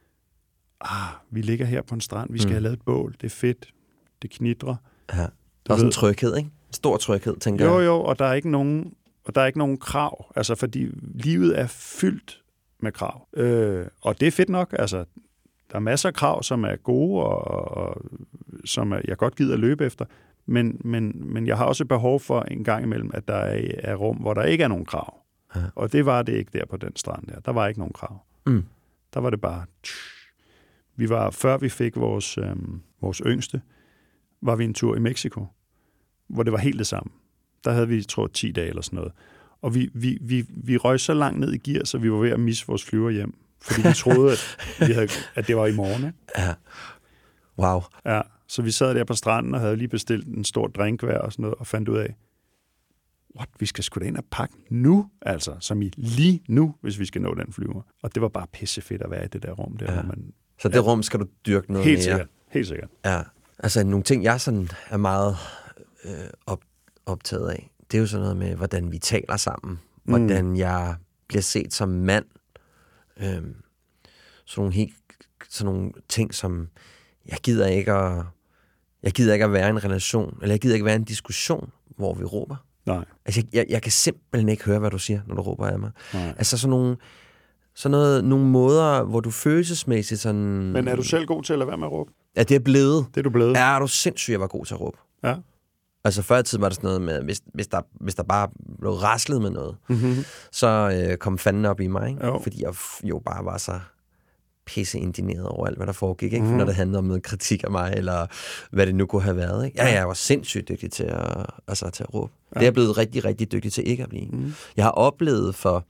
ah, vi ligger her på en strand, vi skal mm. have lavet et bål, det er fedt, det knitrer. Ja, der er også en tryghed, ikke? En stor tryghed, tænker jo, jeg. Jo, jo, og der er ikke nogen, og der er ikke nogen krav, altså, fordi livet er fyldt med krav. Øh, og det er fedt nok, altså, der er masser af krav, som er gode, og, og som jeg godt gider at løbe efter. Men, men, men jeg har også behov for en gang imellem, at der er, er rum, hvor der ikke er nogen krav. Ja. Og det var det ikke der på den strand der. Der var ikke nogen krav. Mm. Der var det bare... Vi var, før vi fik vores, øhm, vores yngste, var vi en tur i Mexico, hvor det var helt det samme. Der havde vi, tror jeg, ti dage eller sådan noget. Og vi, vi, vi, vi røg så langt ned i gear, så vi var ved at misse vores flyver hjem. Fordi vi troede, at, vi havde, at det var i morgen. Ikke? Ja. Wow. Ja, så vi sad der på stranden og havde lige bestilt en stor drink hver og sådan noget, og fandt ud af, what, vi skal sgu da ind og pakke nu, altså, som i lige nu, hvis vi skal nå den flyver. Og det var bare pissefedt at være i det der rum. Der, ja. hvor man, så det ja, rum skal du dyrke noget helt mere? Sikkert. Helt sikkert. Ja, altså nogle ting, jeg sådan er meget øh, op, optaget af, det er jo sådan noget med, hvordan vi taler sammen, mm. hvordan jeg bliver set som mand, øhm, sådan nogle helt, sådan nogle ting, som jeg gider ikke at, jeg gider ikke at være i en relation, eller jeg gider ikke at være i en diskussion, hvor vi råber. Nej. Altså, jeg, jeg, jeg kan simpelthen ikke høre, hvad du siger, når du råber af mig. Nej. Altså sådan nogle, sådan noget, nogle måder, hvor du følelsesmæssigt sådan... Men er du selv god til at lade være med at råbe? Ja, det er blevet. Det er du blevet? Ja, er du sindssygt, jeg var god til at råbe. Ja. Altså før i tiden var det sådan noget med, hvis, hvis, der, hvis der bare blev raslet med noget, mm-hmm. så øh, kom fanden op i mig, ikke? Jo. Fordi jeg jo bare var så pisse indigneret over alt, hvad der foregik, ikke? Mm-hmm. Når det handlede om noget kritik af mig, eller hvad det nu kunne have været, ikke? Ja, jeg var sindssygt dygtig til at, altså, til at råbe. Ja. Det er jeg blevet rigtig, rigtig dygtig til ikke at blive. Mm. Jeg har oplevet for,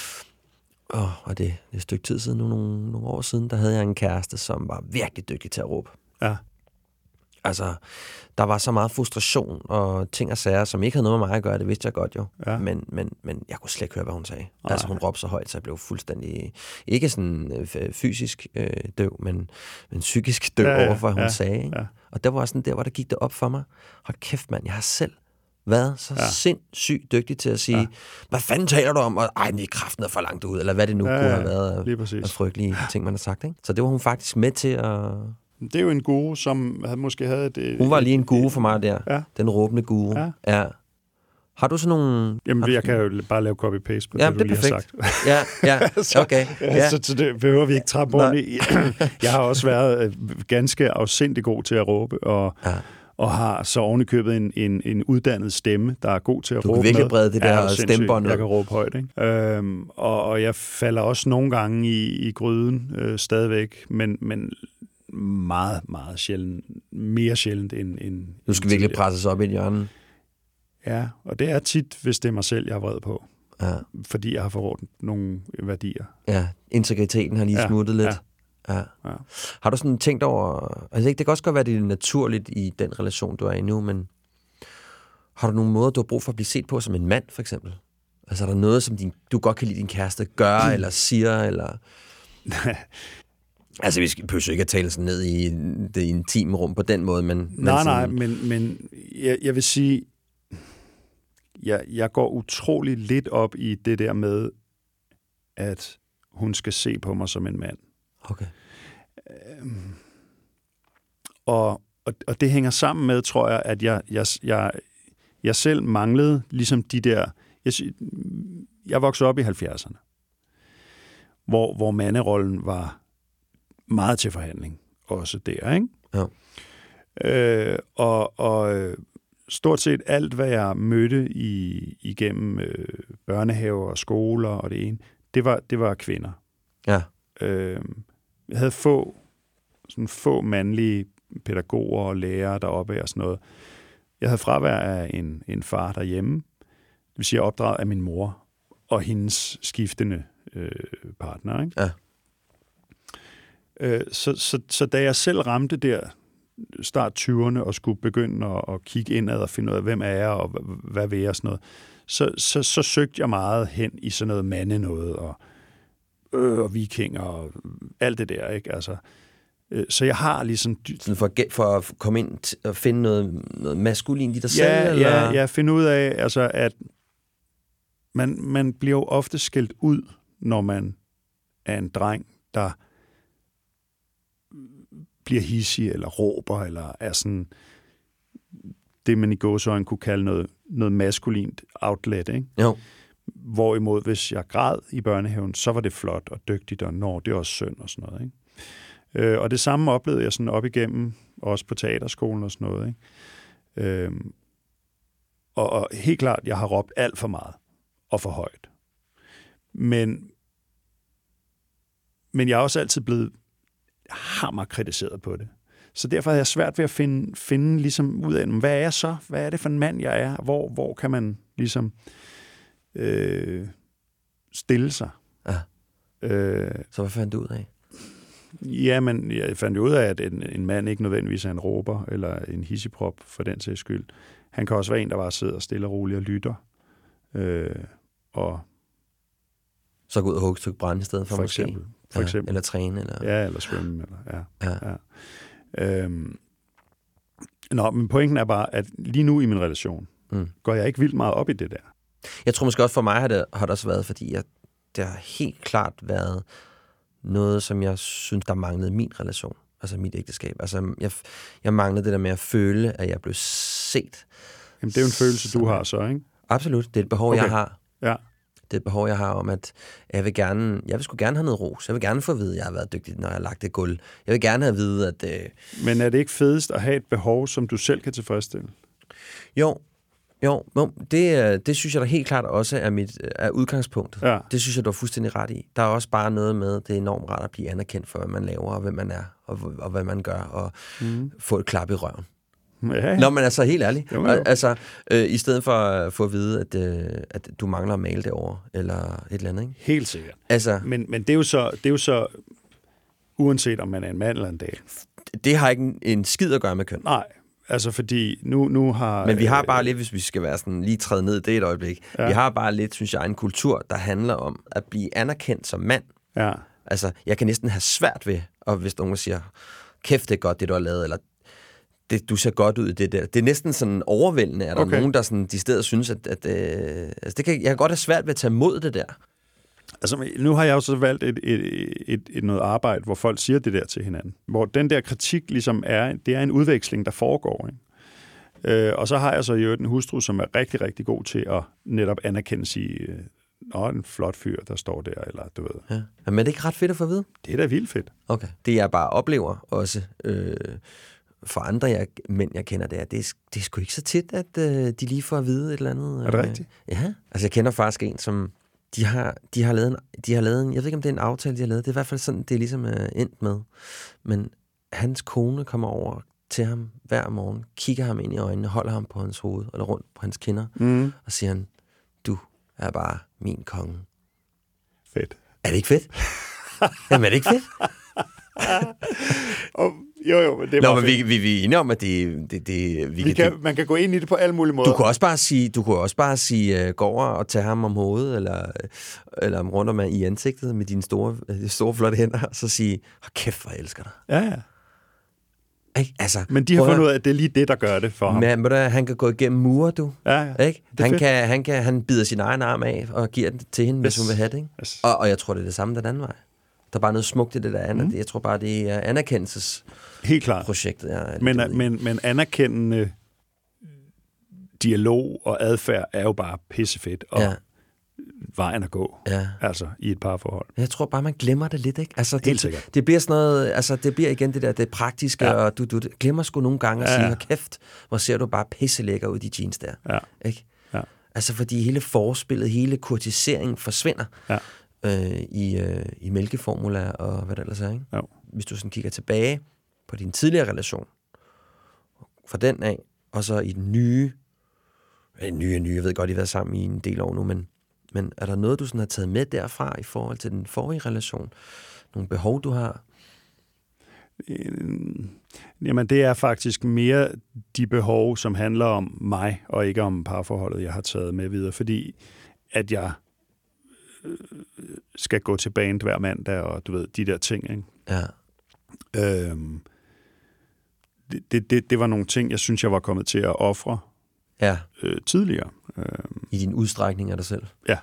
åh, og det, det er et stykke tid siden, nu, nogle, nogle år siden, der havde jeg en kæreste, som var virkelig dygtig til at råbe. Ja. Altså, der var så meget frustration og ting og sager, som ikke havde noget med mig at gøre, det vidste jeg godt jo. Ja. Men, men, men jeg kunne slet ikke høre, hvad hun sagde. Ej. Altså, hun råbte så højt, så jeg blev fuldstændig, ikke sådan øh, fysisk øh, døv, men, men psykisk døv ja, ja, over, hvad hun ja, sagde. Ikke? Ja. Og der var sådan der, hvor der gik det op for mig. Hold kæft, mand, jeg har selv været så ja. sindssygt dygtig til at sige, ja. hvad fanden taler du om? Og, ej, det er kraften er for langt ud, eller hvad det nu ja, kunne have været af, af frygtelige ting, man har sagt. Ikke? Så det var hun faktisk med til at... Det er jo en guru, som havde, måske havde... Et, hun var lige en guru for mig der. Ja. Den råbende guru. Ja. ja. Har du sådan nogle... Jamen, jeg kan jo bare lave copy-paste på ja, det, du det lige perfekt. har sagt. Ja, ja, okay. Ja. så, så det behøver vi ikke trappe ordentligt i. Jeg har også været ganske afsindig god til at råbe, og, ja. og har så ovenikøbet en, en, en uddannet stemme, der er god til at du råbe. Du kan virkelig brede det der ja, stemmebånd. Jeg kan råbe højt, ikke? Øhm, og, og jeg falder også nogle gange i, i gryden øh, stadigvæk, men... men meget, meget sjældent. Mere sjældent end... end du skal end virkelig presses op i et hjørne. Ja, og det er tit, hvis det er mig selv, jeg er vred på. Ja. Fordi jeg har forrådt nogle værdier. Ja, integriteten har lige ja. smuttet lidt. Ja. Ja. Ja. Har du sådan tænkt over... Altså, det kan også godt være, at det er naturligt i den relation, du er i nu, men har du nogle måder, du har brug for at blive set på som en mand, for eksempel? Altså, er der noget, som din, du godt kan lide din kæreste gør, eller siger, eller... Altså, vi behøver ikke at tale sådan ned i det intime rum på den måde, men... Nej, men sådan... nej, men, men jeg, jeg vil sige, jeg, jeg går utrolig lidt op i det der med, at hun skal se på mig som en mand. Okay. Øhm, og, og, og det hænger sammen med, tror jeg, at jeg, jeg, jeg, jeg selv manglede ligesom de der... Jeg, jeg voksede op i halvfjerdserne, hvor, hvor manderollen var meget til forhandling. Også der, ikke? Ja. Øh, og, og stort set alt, hvad jeg mødte i, igennem øh, børnehaver og skoler og det ene, det var, det var kvinder. Ja. Øh, jeg havde få, sådan få mandlige pædagoger og lærere deroppe og sådan noget. Jeg havde fravær af en, en far derhjemme. Det vil sige, opdraget af min mor og hendes skiftende øh, partner. Ikke? Ja. Øh, så, så, så da jeg selv ramte der start tyverne og skulle begynde at, at kigge indad og finde ud af, hvem er jeg og hvad vil jeg og sådan noget, så, så, så søgte jeg meget hen i sådan noget mande noget og, øh, og vikinger og alt det der, ikke? Altså, øh, så jeg har ligesom... Sådan for, for at komme ind og finde noget, noget maskulin i dig ja, selv? Eller? Ja, ja, finde ud af, altså, at man, man bliver jo ofte skældt ud, når man er en dreng, der bliver hissig eller råber, eller er sådan det, man i gåseøjne kunne kalde noget, noget maskulint outlet, ikke? Jo. Hvorimod, hvis jeg græd i børnehaven, så var det flot og dygtigt, og når det er også synd og sådan noget, ikke? Øh, og det samme oplevede jeg sådan op igennem, også på teaterskolen og sådan noget, ikke? Øh, og, og helt klart, jeg har råbt alt for meget og for højt. Men, men jeg er også altid blevet hammer kritiseret på det. Så derfor er jeg svært ved at finde, finde ligesom ud af, hvad er jeg så? Hvad er det for en mand, jeg er? Hvor, hvor kan man ligesom øh, stille sig? Ja. Øh, så hvad fandt du ud af? Jamen, jeg fandt ud af, at en, en mand ikke nødvendigvis er en råber eller en hissigprop for den sags skyld. Han kan også være en, der bare sidder stille og roligt og lytter. Øh, og så gå ud og hugge et stykke brand i stedet for, for måske? Eksempel. For ja, eksempel. Eller træne? Eller... Ja, eller svømme. Eller, ja, ja. ja. Øhm. Nå, men pointen er bare, at lige nu i min relation, mm. går jeg ikke vildt meget op i det der. Jeg tror måske også for mig har det, har det også været, fordi jeg, det har helt klart været noget, som jeg synes, der manglede i min relation. Altså mit ægteskab. Altså jeg, jeg manglede det der med at føle, at jeg blev set. Jamen det er jo en følelse, så, du har så, ikke? Absolut. Det er et behov, okay. jeg har. Ja. Det er et behov, jeg har om, at jeg vil gerne, jeg vil sgu gerne have noget ros. Jeg vil gerne få at vide, at jeg har været dygtig, når jeg har lagt det gulv. Jeg vil gerne have at vide, at... Øh... Men er det ikke fedest at have et behov, som du selv kan tilfredsstille? Jo, jo, jo det, det synes jeg da helt klart også er mit er udgangspunktet. Ja. Det synes jeg, du er fuldstændig ret i. Der er også bare noget med, det er enormt rart at blive anerkendt for, hvad man laver, og hvem man er, og, og hvad man gør, og mm. få et klap i røven. Ja. Nå, men altså helt ærligt. Jo, jo. Altså, øh, i stedet for at få at vide, at, øh, at du mangler at male derovre, eller et eller andet, ikke? Helt sikkert. Altså, men, men det er jo så, det er jo så, uanset om man er en mand eller en dame. Det har ikke en, en skid at gøre med køn. Nej, altså fordi nu, nu har... Men vi har bare lidt, hvis vi skal være sådan lige træde ned i det et øjeblik, ja. vi har bare lidt, synes jeg, en kultur, der handler om at blive anerkendt som mand. Ja. Altså, jeg kan næsten have svært ved, og hvis nogen siger, kæft, det er godt, det du har lavet, eller det, du ser godt ud i det der. Det er næsten sådan overvældende, er der okay. nogen, der sådan, de steder synes, at, at øh, altså det kan, jeg kan godt have svært ved at tage mod det der. Altså, nu har jeg også valgt et, et, et, et noget arbejde, hvor folk siger det der til hinanden. Hvor den der kritik ligesom er, det er en udveksling, der foregår. Ikke? Øh, og så har jeg så jo en hustru, som er rigtig, rigtig god til at netop anerkende sige, nå, en flot fyr, der står der, eller du ved. Ja. Men er det ikke ret fedt at få at vide? Det er da vildt fedt. Okay. Det jeg bare oplever også... Øh for andre jeg, mænd, jeg kender, det er, det er, det er sgu ikke så tit, at øh, de lige får at vide et eller andet. Er det rigtigt? Ja. Altså, jeg kender faktisk en, som... De har, de har lavet en, de har lavet en... Jeg ved ikke, om det er en aftale, de har lavet. Det er i hvert fald sådan, det er ligesom øh, endt med. Men hans kone kommer over til ham hver morgen, kigger ham ind i øjnene, holder ham på hans hoved, eller rundt på hans kinder, mm. og siger han, du er bare min konge. Fedt. Er det ikke fedt? Jamen, er det ikke fedt? og, jo, jo, men det er Nå, men vi, vi, vi er enige om, at det... det, det vi vi kan, kan, man kan gå ind i det på alle mulige måder. Du kunne også bare sige, du kunne også bare sige, uh, gå over og tage ham om hovedet, eller, eller rundt om i ansigtet med dine store, store flotte hænder, og så sige, oh, kæft, hvor jeg elsker dig. Ja, ja. Ikke? Altså, Men de har fundet ud af, at det er lige det, der gør det for ham. Men, men han kan gå igennem mure, du. Ja, ja. Ikke? Han, kan, han, kan, han bider sin egen arm af og giver den til hende, yes. hvis hun vil have det. Ikke? Yes. Og, og jeg tror, det er det samme den anden vej. Der er bare noget smukt i det der andet. Mm. Jeg tror bare, det er anerkendelses Helt klart. projektet. Ja, men, det, men, men anerkendende dialog og adfærd er jo bare pissefedt. Og ja. vejen at gå, ja. altså i et parforhold. Jeg tror bare, man glemmer det lidt, ikke? Altså, det, Helt sikkert. Det bliver sådan noget, altså det bliver igen det der, det praktiske, ja. og du, du glemmer sgu nogle gange at ja, ja. sige, kæft, hvor ser du bare pisselækker ud i de jeans der. Ja. Ikke? Ja. Altså fordi hele forspillet, hele kurtiseringen forsvinder ja. øh, i, øh, i mælkeformula og hvad der ellers er, ikke? Ja. Hvis du sådan kigger tilbage på din tidligere relation, fra den af, og så i den nye, den nye og nye, jeg ved godt, I har været sammen i en del år nu, men Men er der noget, du sådan har taget med derfra i forhold til den forrige relation? Nogle behov, du har? Jamen, det er faktisk mere de behov, som handler om mig, og ikke om parforholdet, jeg har taget med videre. Fordi at jeg skal gå til band hver mandag, og du ved, de der ting, ikke? Ja. Øhm, det, det, det, det var nogle ting, jeg synes, jeg var kommet til at ofre ja. øh, tidligere. I din udstrækning af dig selv? Ja.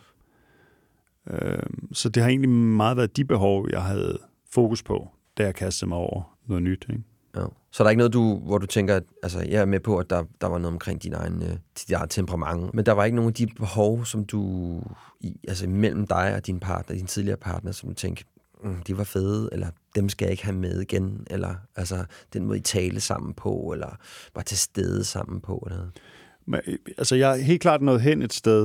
Så det har egentlig meget været de behov, jeg havde fokus på, da jeg kastede mig over noget nyt. Ikke? Ja. Så er der ikke noget, du, hvor du tænker, at, altså jeg er med på, at der, der var noget omkring din egen, dit eget temperament, men der var ikke nogen af de behov, som du, i, altså mellem dig og din partner, din tidligere partner, som du tænkte, mm, de var fede, eller dem skal jeg ikke have med igen, eller altså den måde I tale sammen på, eller var til stede sammen på, eller noget? Men, altså jeg er helt klart nået hen et sted,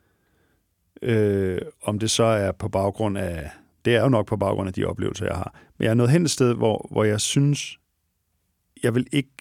øh, om det så er på baggrund af, det er jo nok på baggrund af de oplevelser, jeg har, men jeg er nået hen et sted, hvor, hvor jeg synes, jeg vil ikke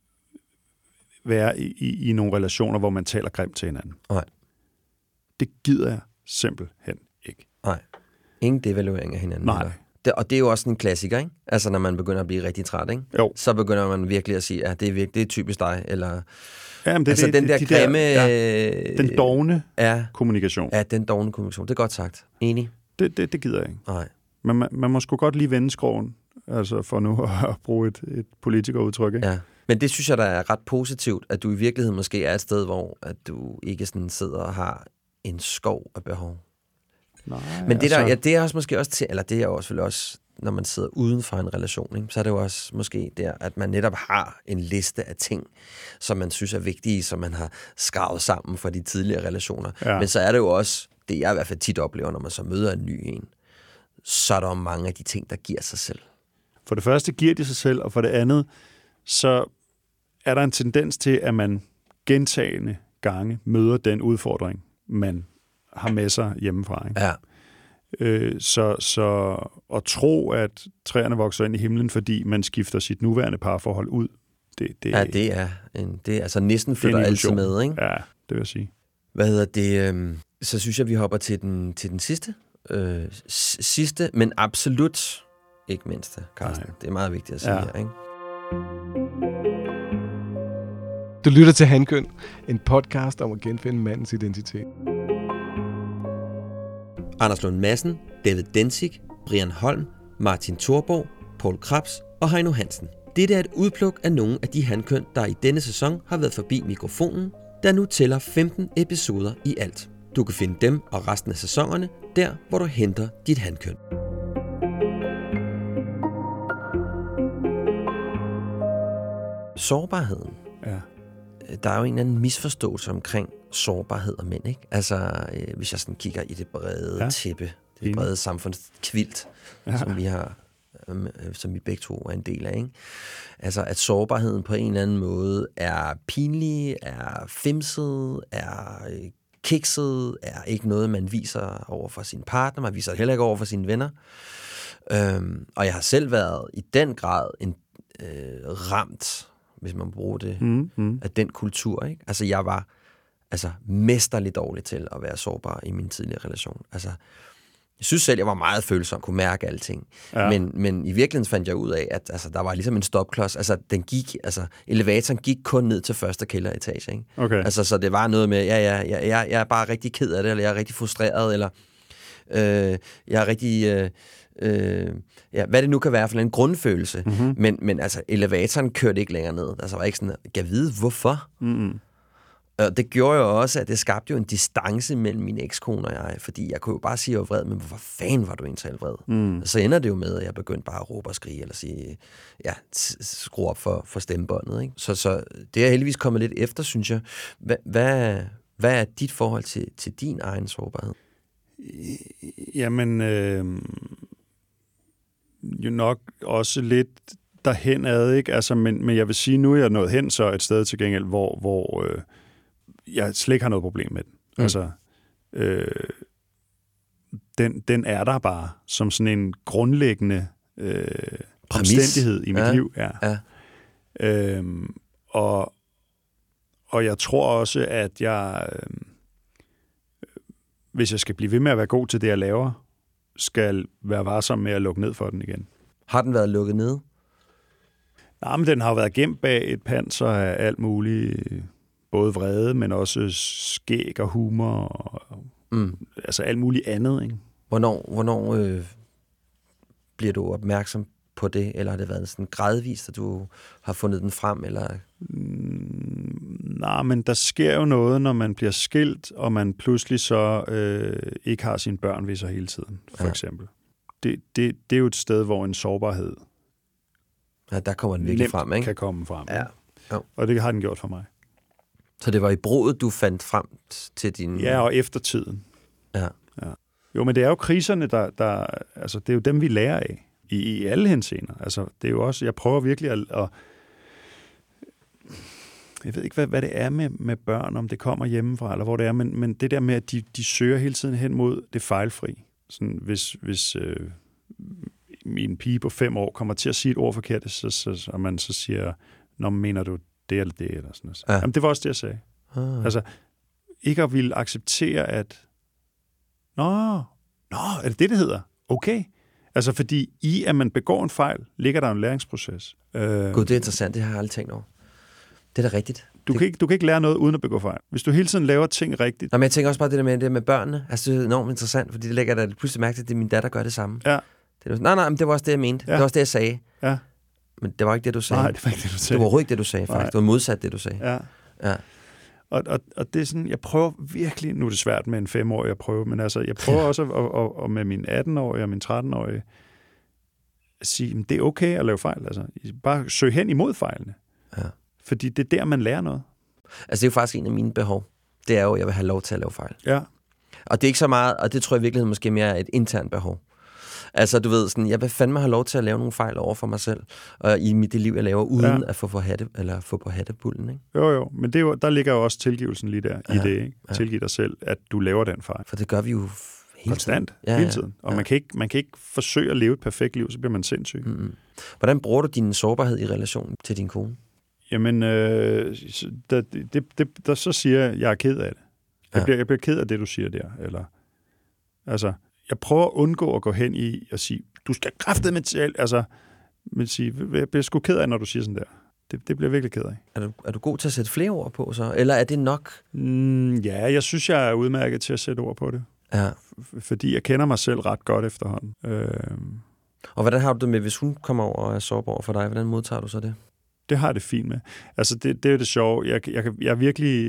være i, i, i nogle relationer, hvor man taler grimt til hinanden. Nej. Det gider jeg simpelthen ikke. Nej. Ingen devaluering af hinanden. Nej. Det, og det er jo også en klassiker, ikke? Altså, når man begynder at blive rigtig træt, ikke? Jo. Så begynder man virkelig at sige, at det er virkelig, det er typisk dig, eller... Jamen, det, altså, det, den der de grimme... Der, ja, den dogne ja, kommunikation. Ja, den dogne kommunikation. Det er godt sagt. Enig? Det, det, det gider jeg ikke. Nej. Men man, man må sgu godt lige vende skroven, altså for nu at bruge et, et politikerudtryk, ikke? Ja. Men det synes jeg, der er ret positivt, at du i virkeligheden måske er et sted, hvor at du ikke sådan sidder og har en skov af behov. Nej, men det, altså... der, ja, det er også måske også til, eller det er jo også, også, når man sidder uden for en relation, ikke? Så er det jo også måske der, at man netop har en liste af ting, som man synes er vigtige, som man har skravet sammen fra de tidligere relationer. Ja. Men så er det jo også, det jeg i hvert fald tit oplever, når man så møder en ny en, så er der jo mange af de ting, der giver sig selv. For det første giver de sig selv, og for det andet, så er der en tendens til, at man gentagende gange møder den udfordring, man har med sig hjemmefra. Ikke? Ja. Øh, så, så at tro, at træerne vokser ind i himlen, fordi man skifter sit nuværende parforhold ud, det, det, ja, det er en, det er, altså næsten flytter altid med, ikke? Ja, det vil jeg sige. Hvad hedder det? Øh, så synes jeg, vi hopper til den, til den sidste. Øh, sidste, men absolut ikke mindste, Carsten. Nej. Det er meget vigtigt at sige ja. her, ikke? Du lytter til Hankøn, en podcast om at genfinde mandens identitet. Anders Lund Madsen, David Densig, Brian Holm, Martin Thorborg, Paul Krabs og Heino Hansen. Dette er et udpluk af nogle af de hankøn, der i denne sæson har været forbi mikrofonen, der nu tæller femten episoder i alt. Du kan finde dem og resten af sæsonerne der, hvor du henter dit hankøn. Sårbarheden. Ja. Der er jo en eller anden misforståelse omkring sårbarhed og mænd, ikke? Altså, øh, hvis jeg sådan kigger i det brede ja. tæppe, det brede samfundskvilt, ja. som vi har, øh, som vi begge to er en del af, ikke? Altså, at sårbarheden på en eller anden måde er pinlig, er femset, er øh, kikset, er ikke noget, man viser over for sin partner, man viser det heller ikke over for sine venner. Øhm, og jeg har selv været i den grad en øh, ramt, hvis man bruger det, mm, mm. af den kultur, ikke? Altså, jeg var altså mesterligt dårlig til at være sårbar i min tidligere relation. Altså, jeg synes selv, jeg var meget følsom, kunne mærke alting. Ja. Men, men i virkeligheden fandt jeg ud af, at altså, der var ligesom en stopklods. Altså, den gik, altså, elevatoren gik kun ned til første kælderetage, ikke? Okay. Altså, så det var noget med, ja, ja, ja, jeg, jeg er bare rigtig ked af det, eller jeg er rigtig frustreret, eller Øh, jeg er rigtig... Øh, øh, ja, hvad det nu kan være for en grundfølelse. Mm-hmm. Men, men altså, elevatoren kørte ikke længere ned. Altså, var ikke sådan, jeg vide, hvorfor? Mm-hmm. Og det gjorde jo også, at det skabte jo en distance mellem min ekskone og jeg, fordi jeg kunne jo bare sige, at jeg var vred, men hvorfor fanden var du egentlig vred? Mm. Og så ender det jo med, at jeg begyndte bare at råbe og skrige, eller sige, ja, skrue op for, for stemmebåndet. Ikke? Så, så det er heldigvis kommet lidt efter, synes jeg. Hvad, hvad, hvad er dit forhold til, til din egen sårbarhed? Jamen, øh, jo nok også lidt derhenad, ikke? Altså, men, men jeg vil sige, nu er jeg nået hen så et sted til gengæld, hvor, hvor øh, jeg slet ikke har noget problem med den. Mm. Altså, øh, den, den er der bare som sådan en grundlæggende øh, omstændighed i mit ja. liv. Ja. Ja. Øhm, og, og jeg tror også, at jeg, øh, hvis jeg skal blive ved med at være god til det, jeg laver, skal være varsom med at lukke ned for den igen. Har den været lukket ned? Nej, men den har været gemt bag et panser af alt muligt, både vrede, men også skæg og humor, og, mm. altså alt muligt andet. Ikke? Hvornår, hvornår øh, bliver du opmærksom på det, eller har det været sådan gradvist, at du har fundet den frem? Eller? Mm, nej, men der sker jo noget, når man bliver skilt, og man pludselig så øh, ikke har sine børn ved sig hele tiden, for ja. eksempel. Det, det, det er jo et sted, hvor en sårbarhed ja, der kommer den virkelig frem, ikke? Kan komme frem. Ja. Ja. Og det har den gjort for mig. Så det var i brudet, du fandt frem til din... Ja, og eftertiden. Ja. Ja. Jo, men det er jo kriserne, der, der... Altså, det er jo dem, vi lærer af. I, i alle henseender. Altså, det er jo også... Jeg prøver virkelig at... at jeg ved ikke, hvad, hvad det er med, med børn, om det kommer hjemmefra, eller hvor det er, men, men det der med, at de, de søger hele tiden hen mod det fejlfri. Sådan, hvis... hvis øh, min pige på fem år kommer til at sige et ord forkert, så, så, så, og man så siger, nå, mener du det eller det, eller sådan noget. Ja. Jamen, det var også det, jeg sagde. Ah. Altså, ikke at ville acceptere, at nå, nå, er det det, det hedder? Okay. Altså, fordi i, at man begår en fejl, ligger der en læringsproces. Øh, Gud, det er interessant, det har jeg aldrig tænkt over. Det er da rigtigt. Du, det... kan ikke, du kan ikke lære noget uden at begå fejl. Hvis du hele tiden laver ting rigtigt. Nå, men jeg tænker også bare det der med, det med børnene. Altså, det er enormt interessant, fordi det lægger der pludselig mærke til, at det, min datter gør det samme. Ja. Det, nej, nej, men det var også det, jeg mente. Ja. Det var også det, jeg sagde. Ja. Men det var ikke det, du sagde. Nej, det var ikke det, du sagde. Det var overhovedet ikke det, du sagde, faktisk. Nej. Det var modsat det, du sagde. Ja. Ja. Og, og, og det er sådan, jeg prøver virkelig, nu er det svært med en femårig at prøve, men altså, jeg prøver ja. også at, at, at med min atten-årige og min tretten-årige at sige, det er okay at lave fejl. Altså, bare søg hen imod fejlene. Ja. Fordi det er der, man lærer noget. Altså, det er jo faktisk en af mine behov. Det er jo, at jeg vil have lov til at lave fejl. Ja. Og det er ikke så meget, og det tror jeg i virkeligheden måske mere er et internt behov. Altså, du ved, sådan, jeg vil fandme have lov til at lave nogle fejl over for mig selv, og i mit det liv, jeg laver, uden ja. at få, for hatte, eller få på hattebullen, ikke? Jo, jo, men det er jo, der ligger jo også tilgivelsen lige der ja. i det, ikke? Ja. Tilgiv dig selv, at du laver den fejl. For det gør vi jo hele Konstant, tiden. Ja, hele tiden. Og ja. man, kan ikke, man kan ikke forsøge at leve et perfekt liv, så bliver man sindssyg. Mm-hmm. Hvordan bruger du din sårbarhed i relation til din kone? Jamen, øh, der, det, det, der så siger jeg, jeg er ked af det. Jeg, ja. bliver, jeg bliver ked af det, du siger der. Eller, altså... Jeg prøver at undgå at gå hen i og sige, du skal kraftedeme til, altså, men sige, jeg bliver sgu ked af, når du siger sådan der. Det, det bliver jeg virkelig ked af. Er du, er du god til at sætte flere ord på så? Eller er det nok? Mm, ja, jeg synes, jeg er udmærket til at sætte ord på det. Ja. F- fordi jeg kender mig selv ret godt efterhånden. Øh... Og hvordan har du det med, hvis hun kommer over og er sårbar for dig? Hvordan modtager du så det? Det har jeg det fint med. Altså, det, det er jo det sjove. Jeg, jeg, jeg er virkelig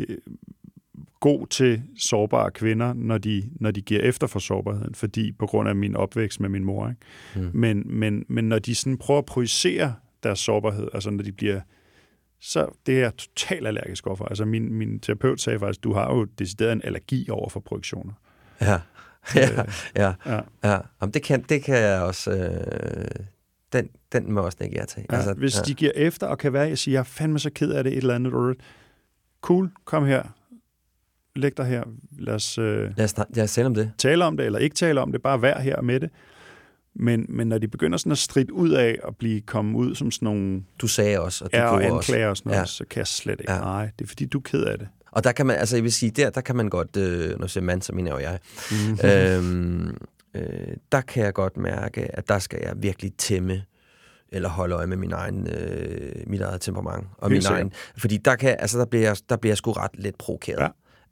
god til sårbare kvinder, når de, når de giver efter for sårbarheden, fordi på grund af min opvækst med min mor. Ikke? Mm. Men, men, men når de sådan prøver at projicere deres sårbarhed, altså når de bliver, så det er jeg totalt allergisk overfor. Altså min, min terapeut sagde faktisk, du har jo decideret en allergi over for projektioner. Ja, ja, ja. ja. ja. Jamen, det, kan, det kan jeg også... Øh... Den, den må også ikke jeg tage. Ja, altså, hvis ja. de giver efter, og kan være, jeg siger, jeg er fandme så ked af det, et eller andet. Cool, kom her. Læg dig her. Lad os, øh, lad os, lad os tale om det. Tale om det, eller ikke tale om det. Bare vær her med det. Men, men når de begynder sådan at stride ud af, og blive kommet ud som sådan nogle... Du sagde også, og du ja, og anklager og sådan noget, ja. så kan jeg slet ikke. Ja. Nej, det er fordi, du er ked af det. Og der kan man, altså jeg vil sige, der, der kan man godt, øh, når jeg siger mand, så mener jo jeg, mm-hmm. øhm, øh, der kan jeg godt mærke, at der skal jeg virkelig tæmme, eller holde øje med min egen, øh, mit eget temperament. Og min egen, fordi der, kan, altså der, bliver jeg, der bliver jeg sgu ret let provokeret. Ja.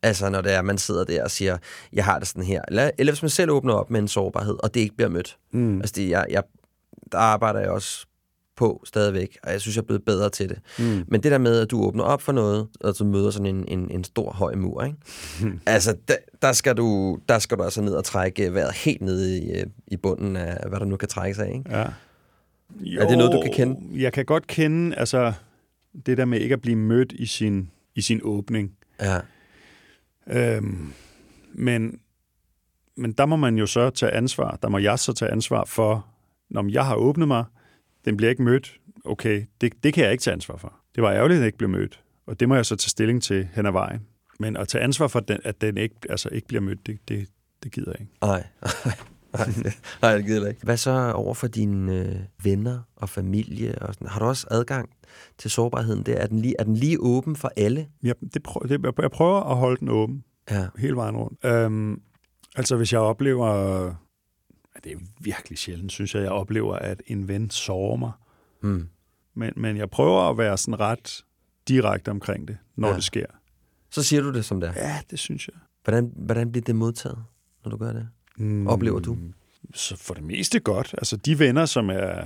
Altså, når det er, man sidder der og siger, jeg har det sådan her. Eller, eller hvis man selv åbner op med en sårbarhed, og det ikke bliver mødt. Mm. Altså, det, jeg, jeg, der arbejder jeg også på stadigvæk, og jeg synes, jeg er blevet bedre til det. Mm. Men det der med, at du åbner op for noget, og så møder sådan en, en, en stor, høj mur, ikke? Mm. Altså, der, der, skal du, der skal du altså ned og trække vejret helt ned i, i bunden af, hvad der nu kan trække sig af, ikke? Ja. Jo, er det noget, du kan kende? Jeg kan godt kende, altså, det der med ikke at blive mødt i sin, i sin åbning. Ja. Øhm, men, men der må man jo så tage ansvar. Der må jeg så tage ansvar for, når jeg har åbnet mig, den bliver ikke mødt. Okay, det, det kan jeg ikke tage ansvar for. Det var ærgerligt, at den ikke blev mødt. Og det må jeg så tage stilling til hen ad vejen. Men at tage ansvar for, den, at den ikke, altså ikke bliver mødt, det, det, det gider jeg ikke. Nej, nej, nej, det gider jeg ikke. Hvad så over for dine øh, venner og familie? Og sådan? Har du også adgang til sårbarheden der? Er den lige, er den lige åben for alle? Ja, det prøver, det, jeg prøver at holde den åben. Ja. Hele vejen rundt. Øhm, altså, hvis jeg oplever... Det er virkelig sjældent, synes jeg, jeg oplever, at en ven sårer mig. Mm. Men, men jeg prøver at være sådan ret direkte omkring det, når ja. det sker. Så siger du det som det er? Ja, det synes jeg. Hvordan, hvordan bliver det modtaget, når du gør det? Mm. Oplever du? Så for det meste godt. Altså, de venner, som er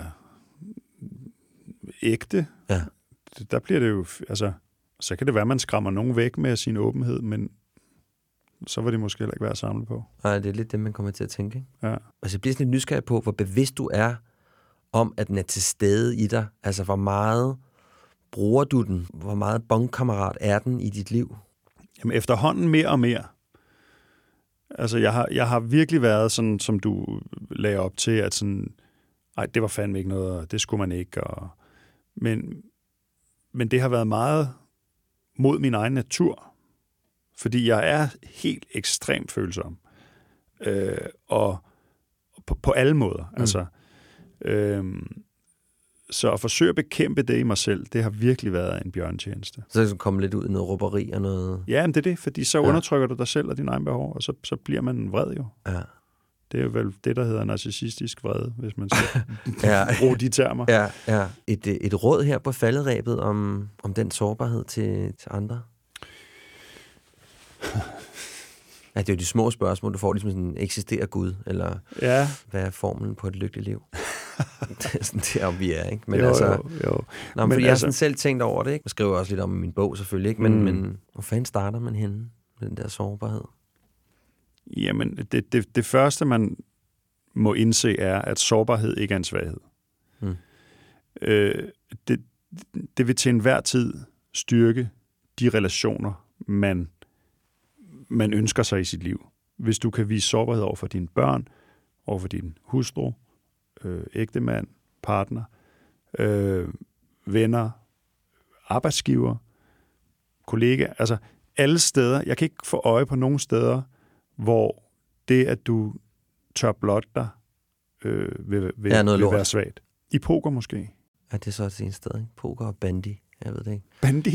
ægte, ja. der bliver det jo... Altså, så kan det være, at man skræmmer nogen væk med sin åbenhed, men så vil det måske heller ikke være samlet på. Nej, det er lidt det, man kommer til at tænke. Ikke? Ja. Altså, jeg bliver sådan lidt nysgerrig på, hvor bevidst du er om, at den er til stede i dig. Altså, hvor meget bruger du den? Hvor meget bondkammerat er den i dit liv? Jamen, efterhånden mere og mere. Altså, jeg har, jeg har virkelig været sådan, som du lagde op til, at sådan, ej, det var fandme ikke noget, og det skulle man ikke. Og, men, men det har været meget mod min egen natur. Fordi jeg er helt ekstremt følsom. Øh, og på, på alle måder. Mm. Altså, øh, så at forsøge at bekæmpe det i mig selv, det har virkelig været en bjørntjeneste. Så det komme lidt ud i noget råberi og noget... Ja, men det er det, fordi så ja. undertrykker du dig selv og dine egne behov, og så, så bliver man vred jo. Ja. Det er vel det, der hedder narcissistisk vrede, hvis man skal ja. bruge de termer. Ja, ja. Et, et råd her på falderæbet om, om den sårbarhed til, til andre? Ja, det er jo de små spørgsmål, du får, ligesom sådan, eksisterer Gud, eller ja. hvad er formlen på et lykkeligt liv? Det er sådan der, vi er, ikke? Men jo, altså, jo, jo. Nå, men fordi altså, jeg har sådan selv tænkt over det, ikke? Jeg skriver også lidt om i min bog, selvfølgelig, ikke? Men, mm. men hvor fanden starter man henne med den der sårbarhed? Jamen, det, det, det første, man må indse, er, at sårbarhed ikke er en svaghed. Mm. Øh, det, det vil til enhver tid styrke de relationer, man man ønsker sig i sit liv. Hvis du kan vise sårbarhed over for dine børn, over for din hustru, øh, ægtemand, partner, øh, venner, arbejdsgiver, kollegaer, altså alle steder. Jeg kan ikke få øje på nogen steder, hvor det, at du tør blotte dig, øh, vil, vil, ja, vil være svagt. I poker måske. Ja, det er så også en sted, ikke? Poker og bandy, jeg ved det ikke. Bandy?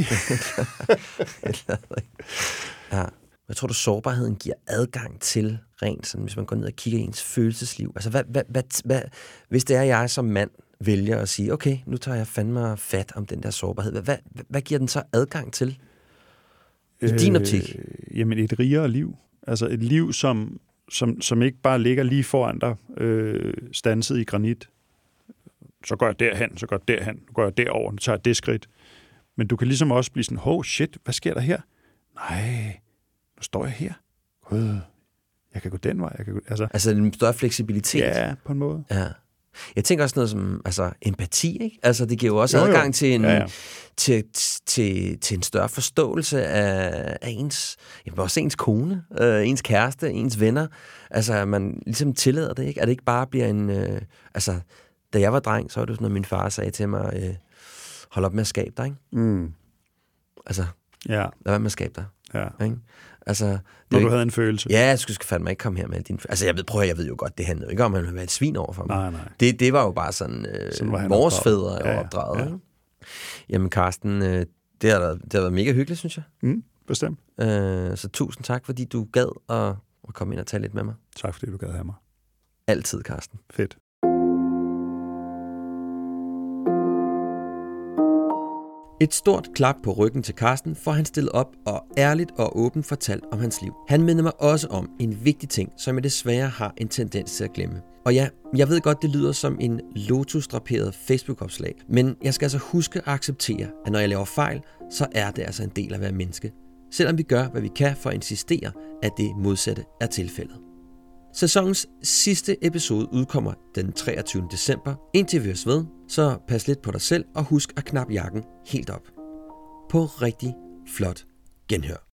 Ja. Jeg tror, du sårbarheden giver adgang til rent, sådan, hvis man går ned og kigger i ens følelsesliv. Altså, hvad, hvad, hvad, hvad, hvis det er, jeg som mand vælger at sige, okay, nu tager jeg fandme fat om den der sårbarhed. Hvad, hvad, hvad giver den så adgang til i øh, din optik? Jamen, et rigere liv. Altså et liv, som, som, som ikke bare ligger lige foran dig, øh, standset i granit. Så går jeg derhen, så går jeg derhen, nu går jeg derover, nu tager jeg det skridt. Men du kan ligesom også blive sådan, oh shit, hvad sker der her? Nej, nu står jeg her. Gud, jeg kan gå den vej. Jeg kan gå, altså. altså en større fleksibilitet. Ja, på en måde. Ja. Jeg tænker også noget som altså, empati, ikke? Altså, det giver jo også jo, jo. adgang til en, ja, ja. Til, til, til en større forståelse af, af ens, jamen også ens kone, øh, ens kæreste, ens venner. Altså, at man ligesom tillader det, ikke? At det ikke bare bliver en... Øh, altså, da jeg var dreng, så var det sådan, at min far sagde til mig, øh, hold op med at skabe dig, ikke? Mm. Altså, ja. lad være med at skabe dig. Ja. Ikke? Altså, Når du ikke... havde en følelse. Ja, jeg skulle fandme ikke komme her med din... Altså, jeg ved, prøv at jeg ved jo godt, det handlede ikke om, at man ville være et svin over for mig. Nej, nej. Det, det var jo bare sådan, øh, sådan vores fædre er ja, opdraget. Ja. Jamen, Carsten, øh, det, har været, det har været mega hyggeligt, synes jeg. Mm, bestemt. Øh, så tusind tak, fordi du gad at, at komme ind og tale lidt med mig. Tak, fordi du gad have mig. Altid, Carsten. Fedt. Et stort klap på ryggen til Carsten, for han stillet op og ærligt og åbent fortalt om hans liv. Han minder mig også om en vigtig ting, som jeg desværre har en tendens til at glemme. Og ja, jeg ved godt, det lyder som en lotusdraperet Facebook-opslag, men jeg skal altså huske at acceptere, at når jeg laver fejl, så er det altså en del af at være menneske. Selvom vi gør, hvad vi kan for at insistere, at det modsatte er tilfældet. Sæsonens sidste episode udkommer den treogtyvende december. Indtil vi høres ved, så pas lidt på dig selv og husk at knappe jakken helt op. På rigtig flot genhør.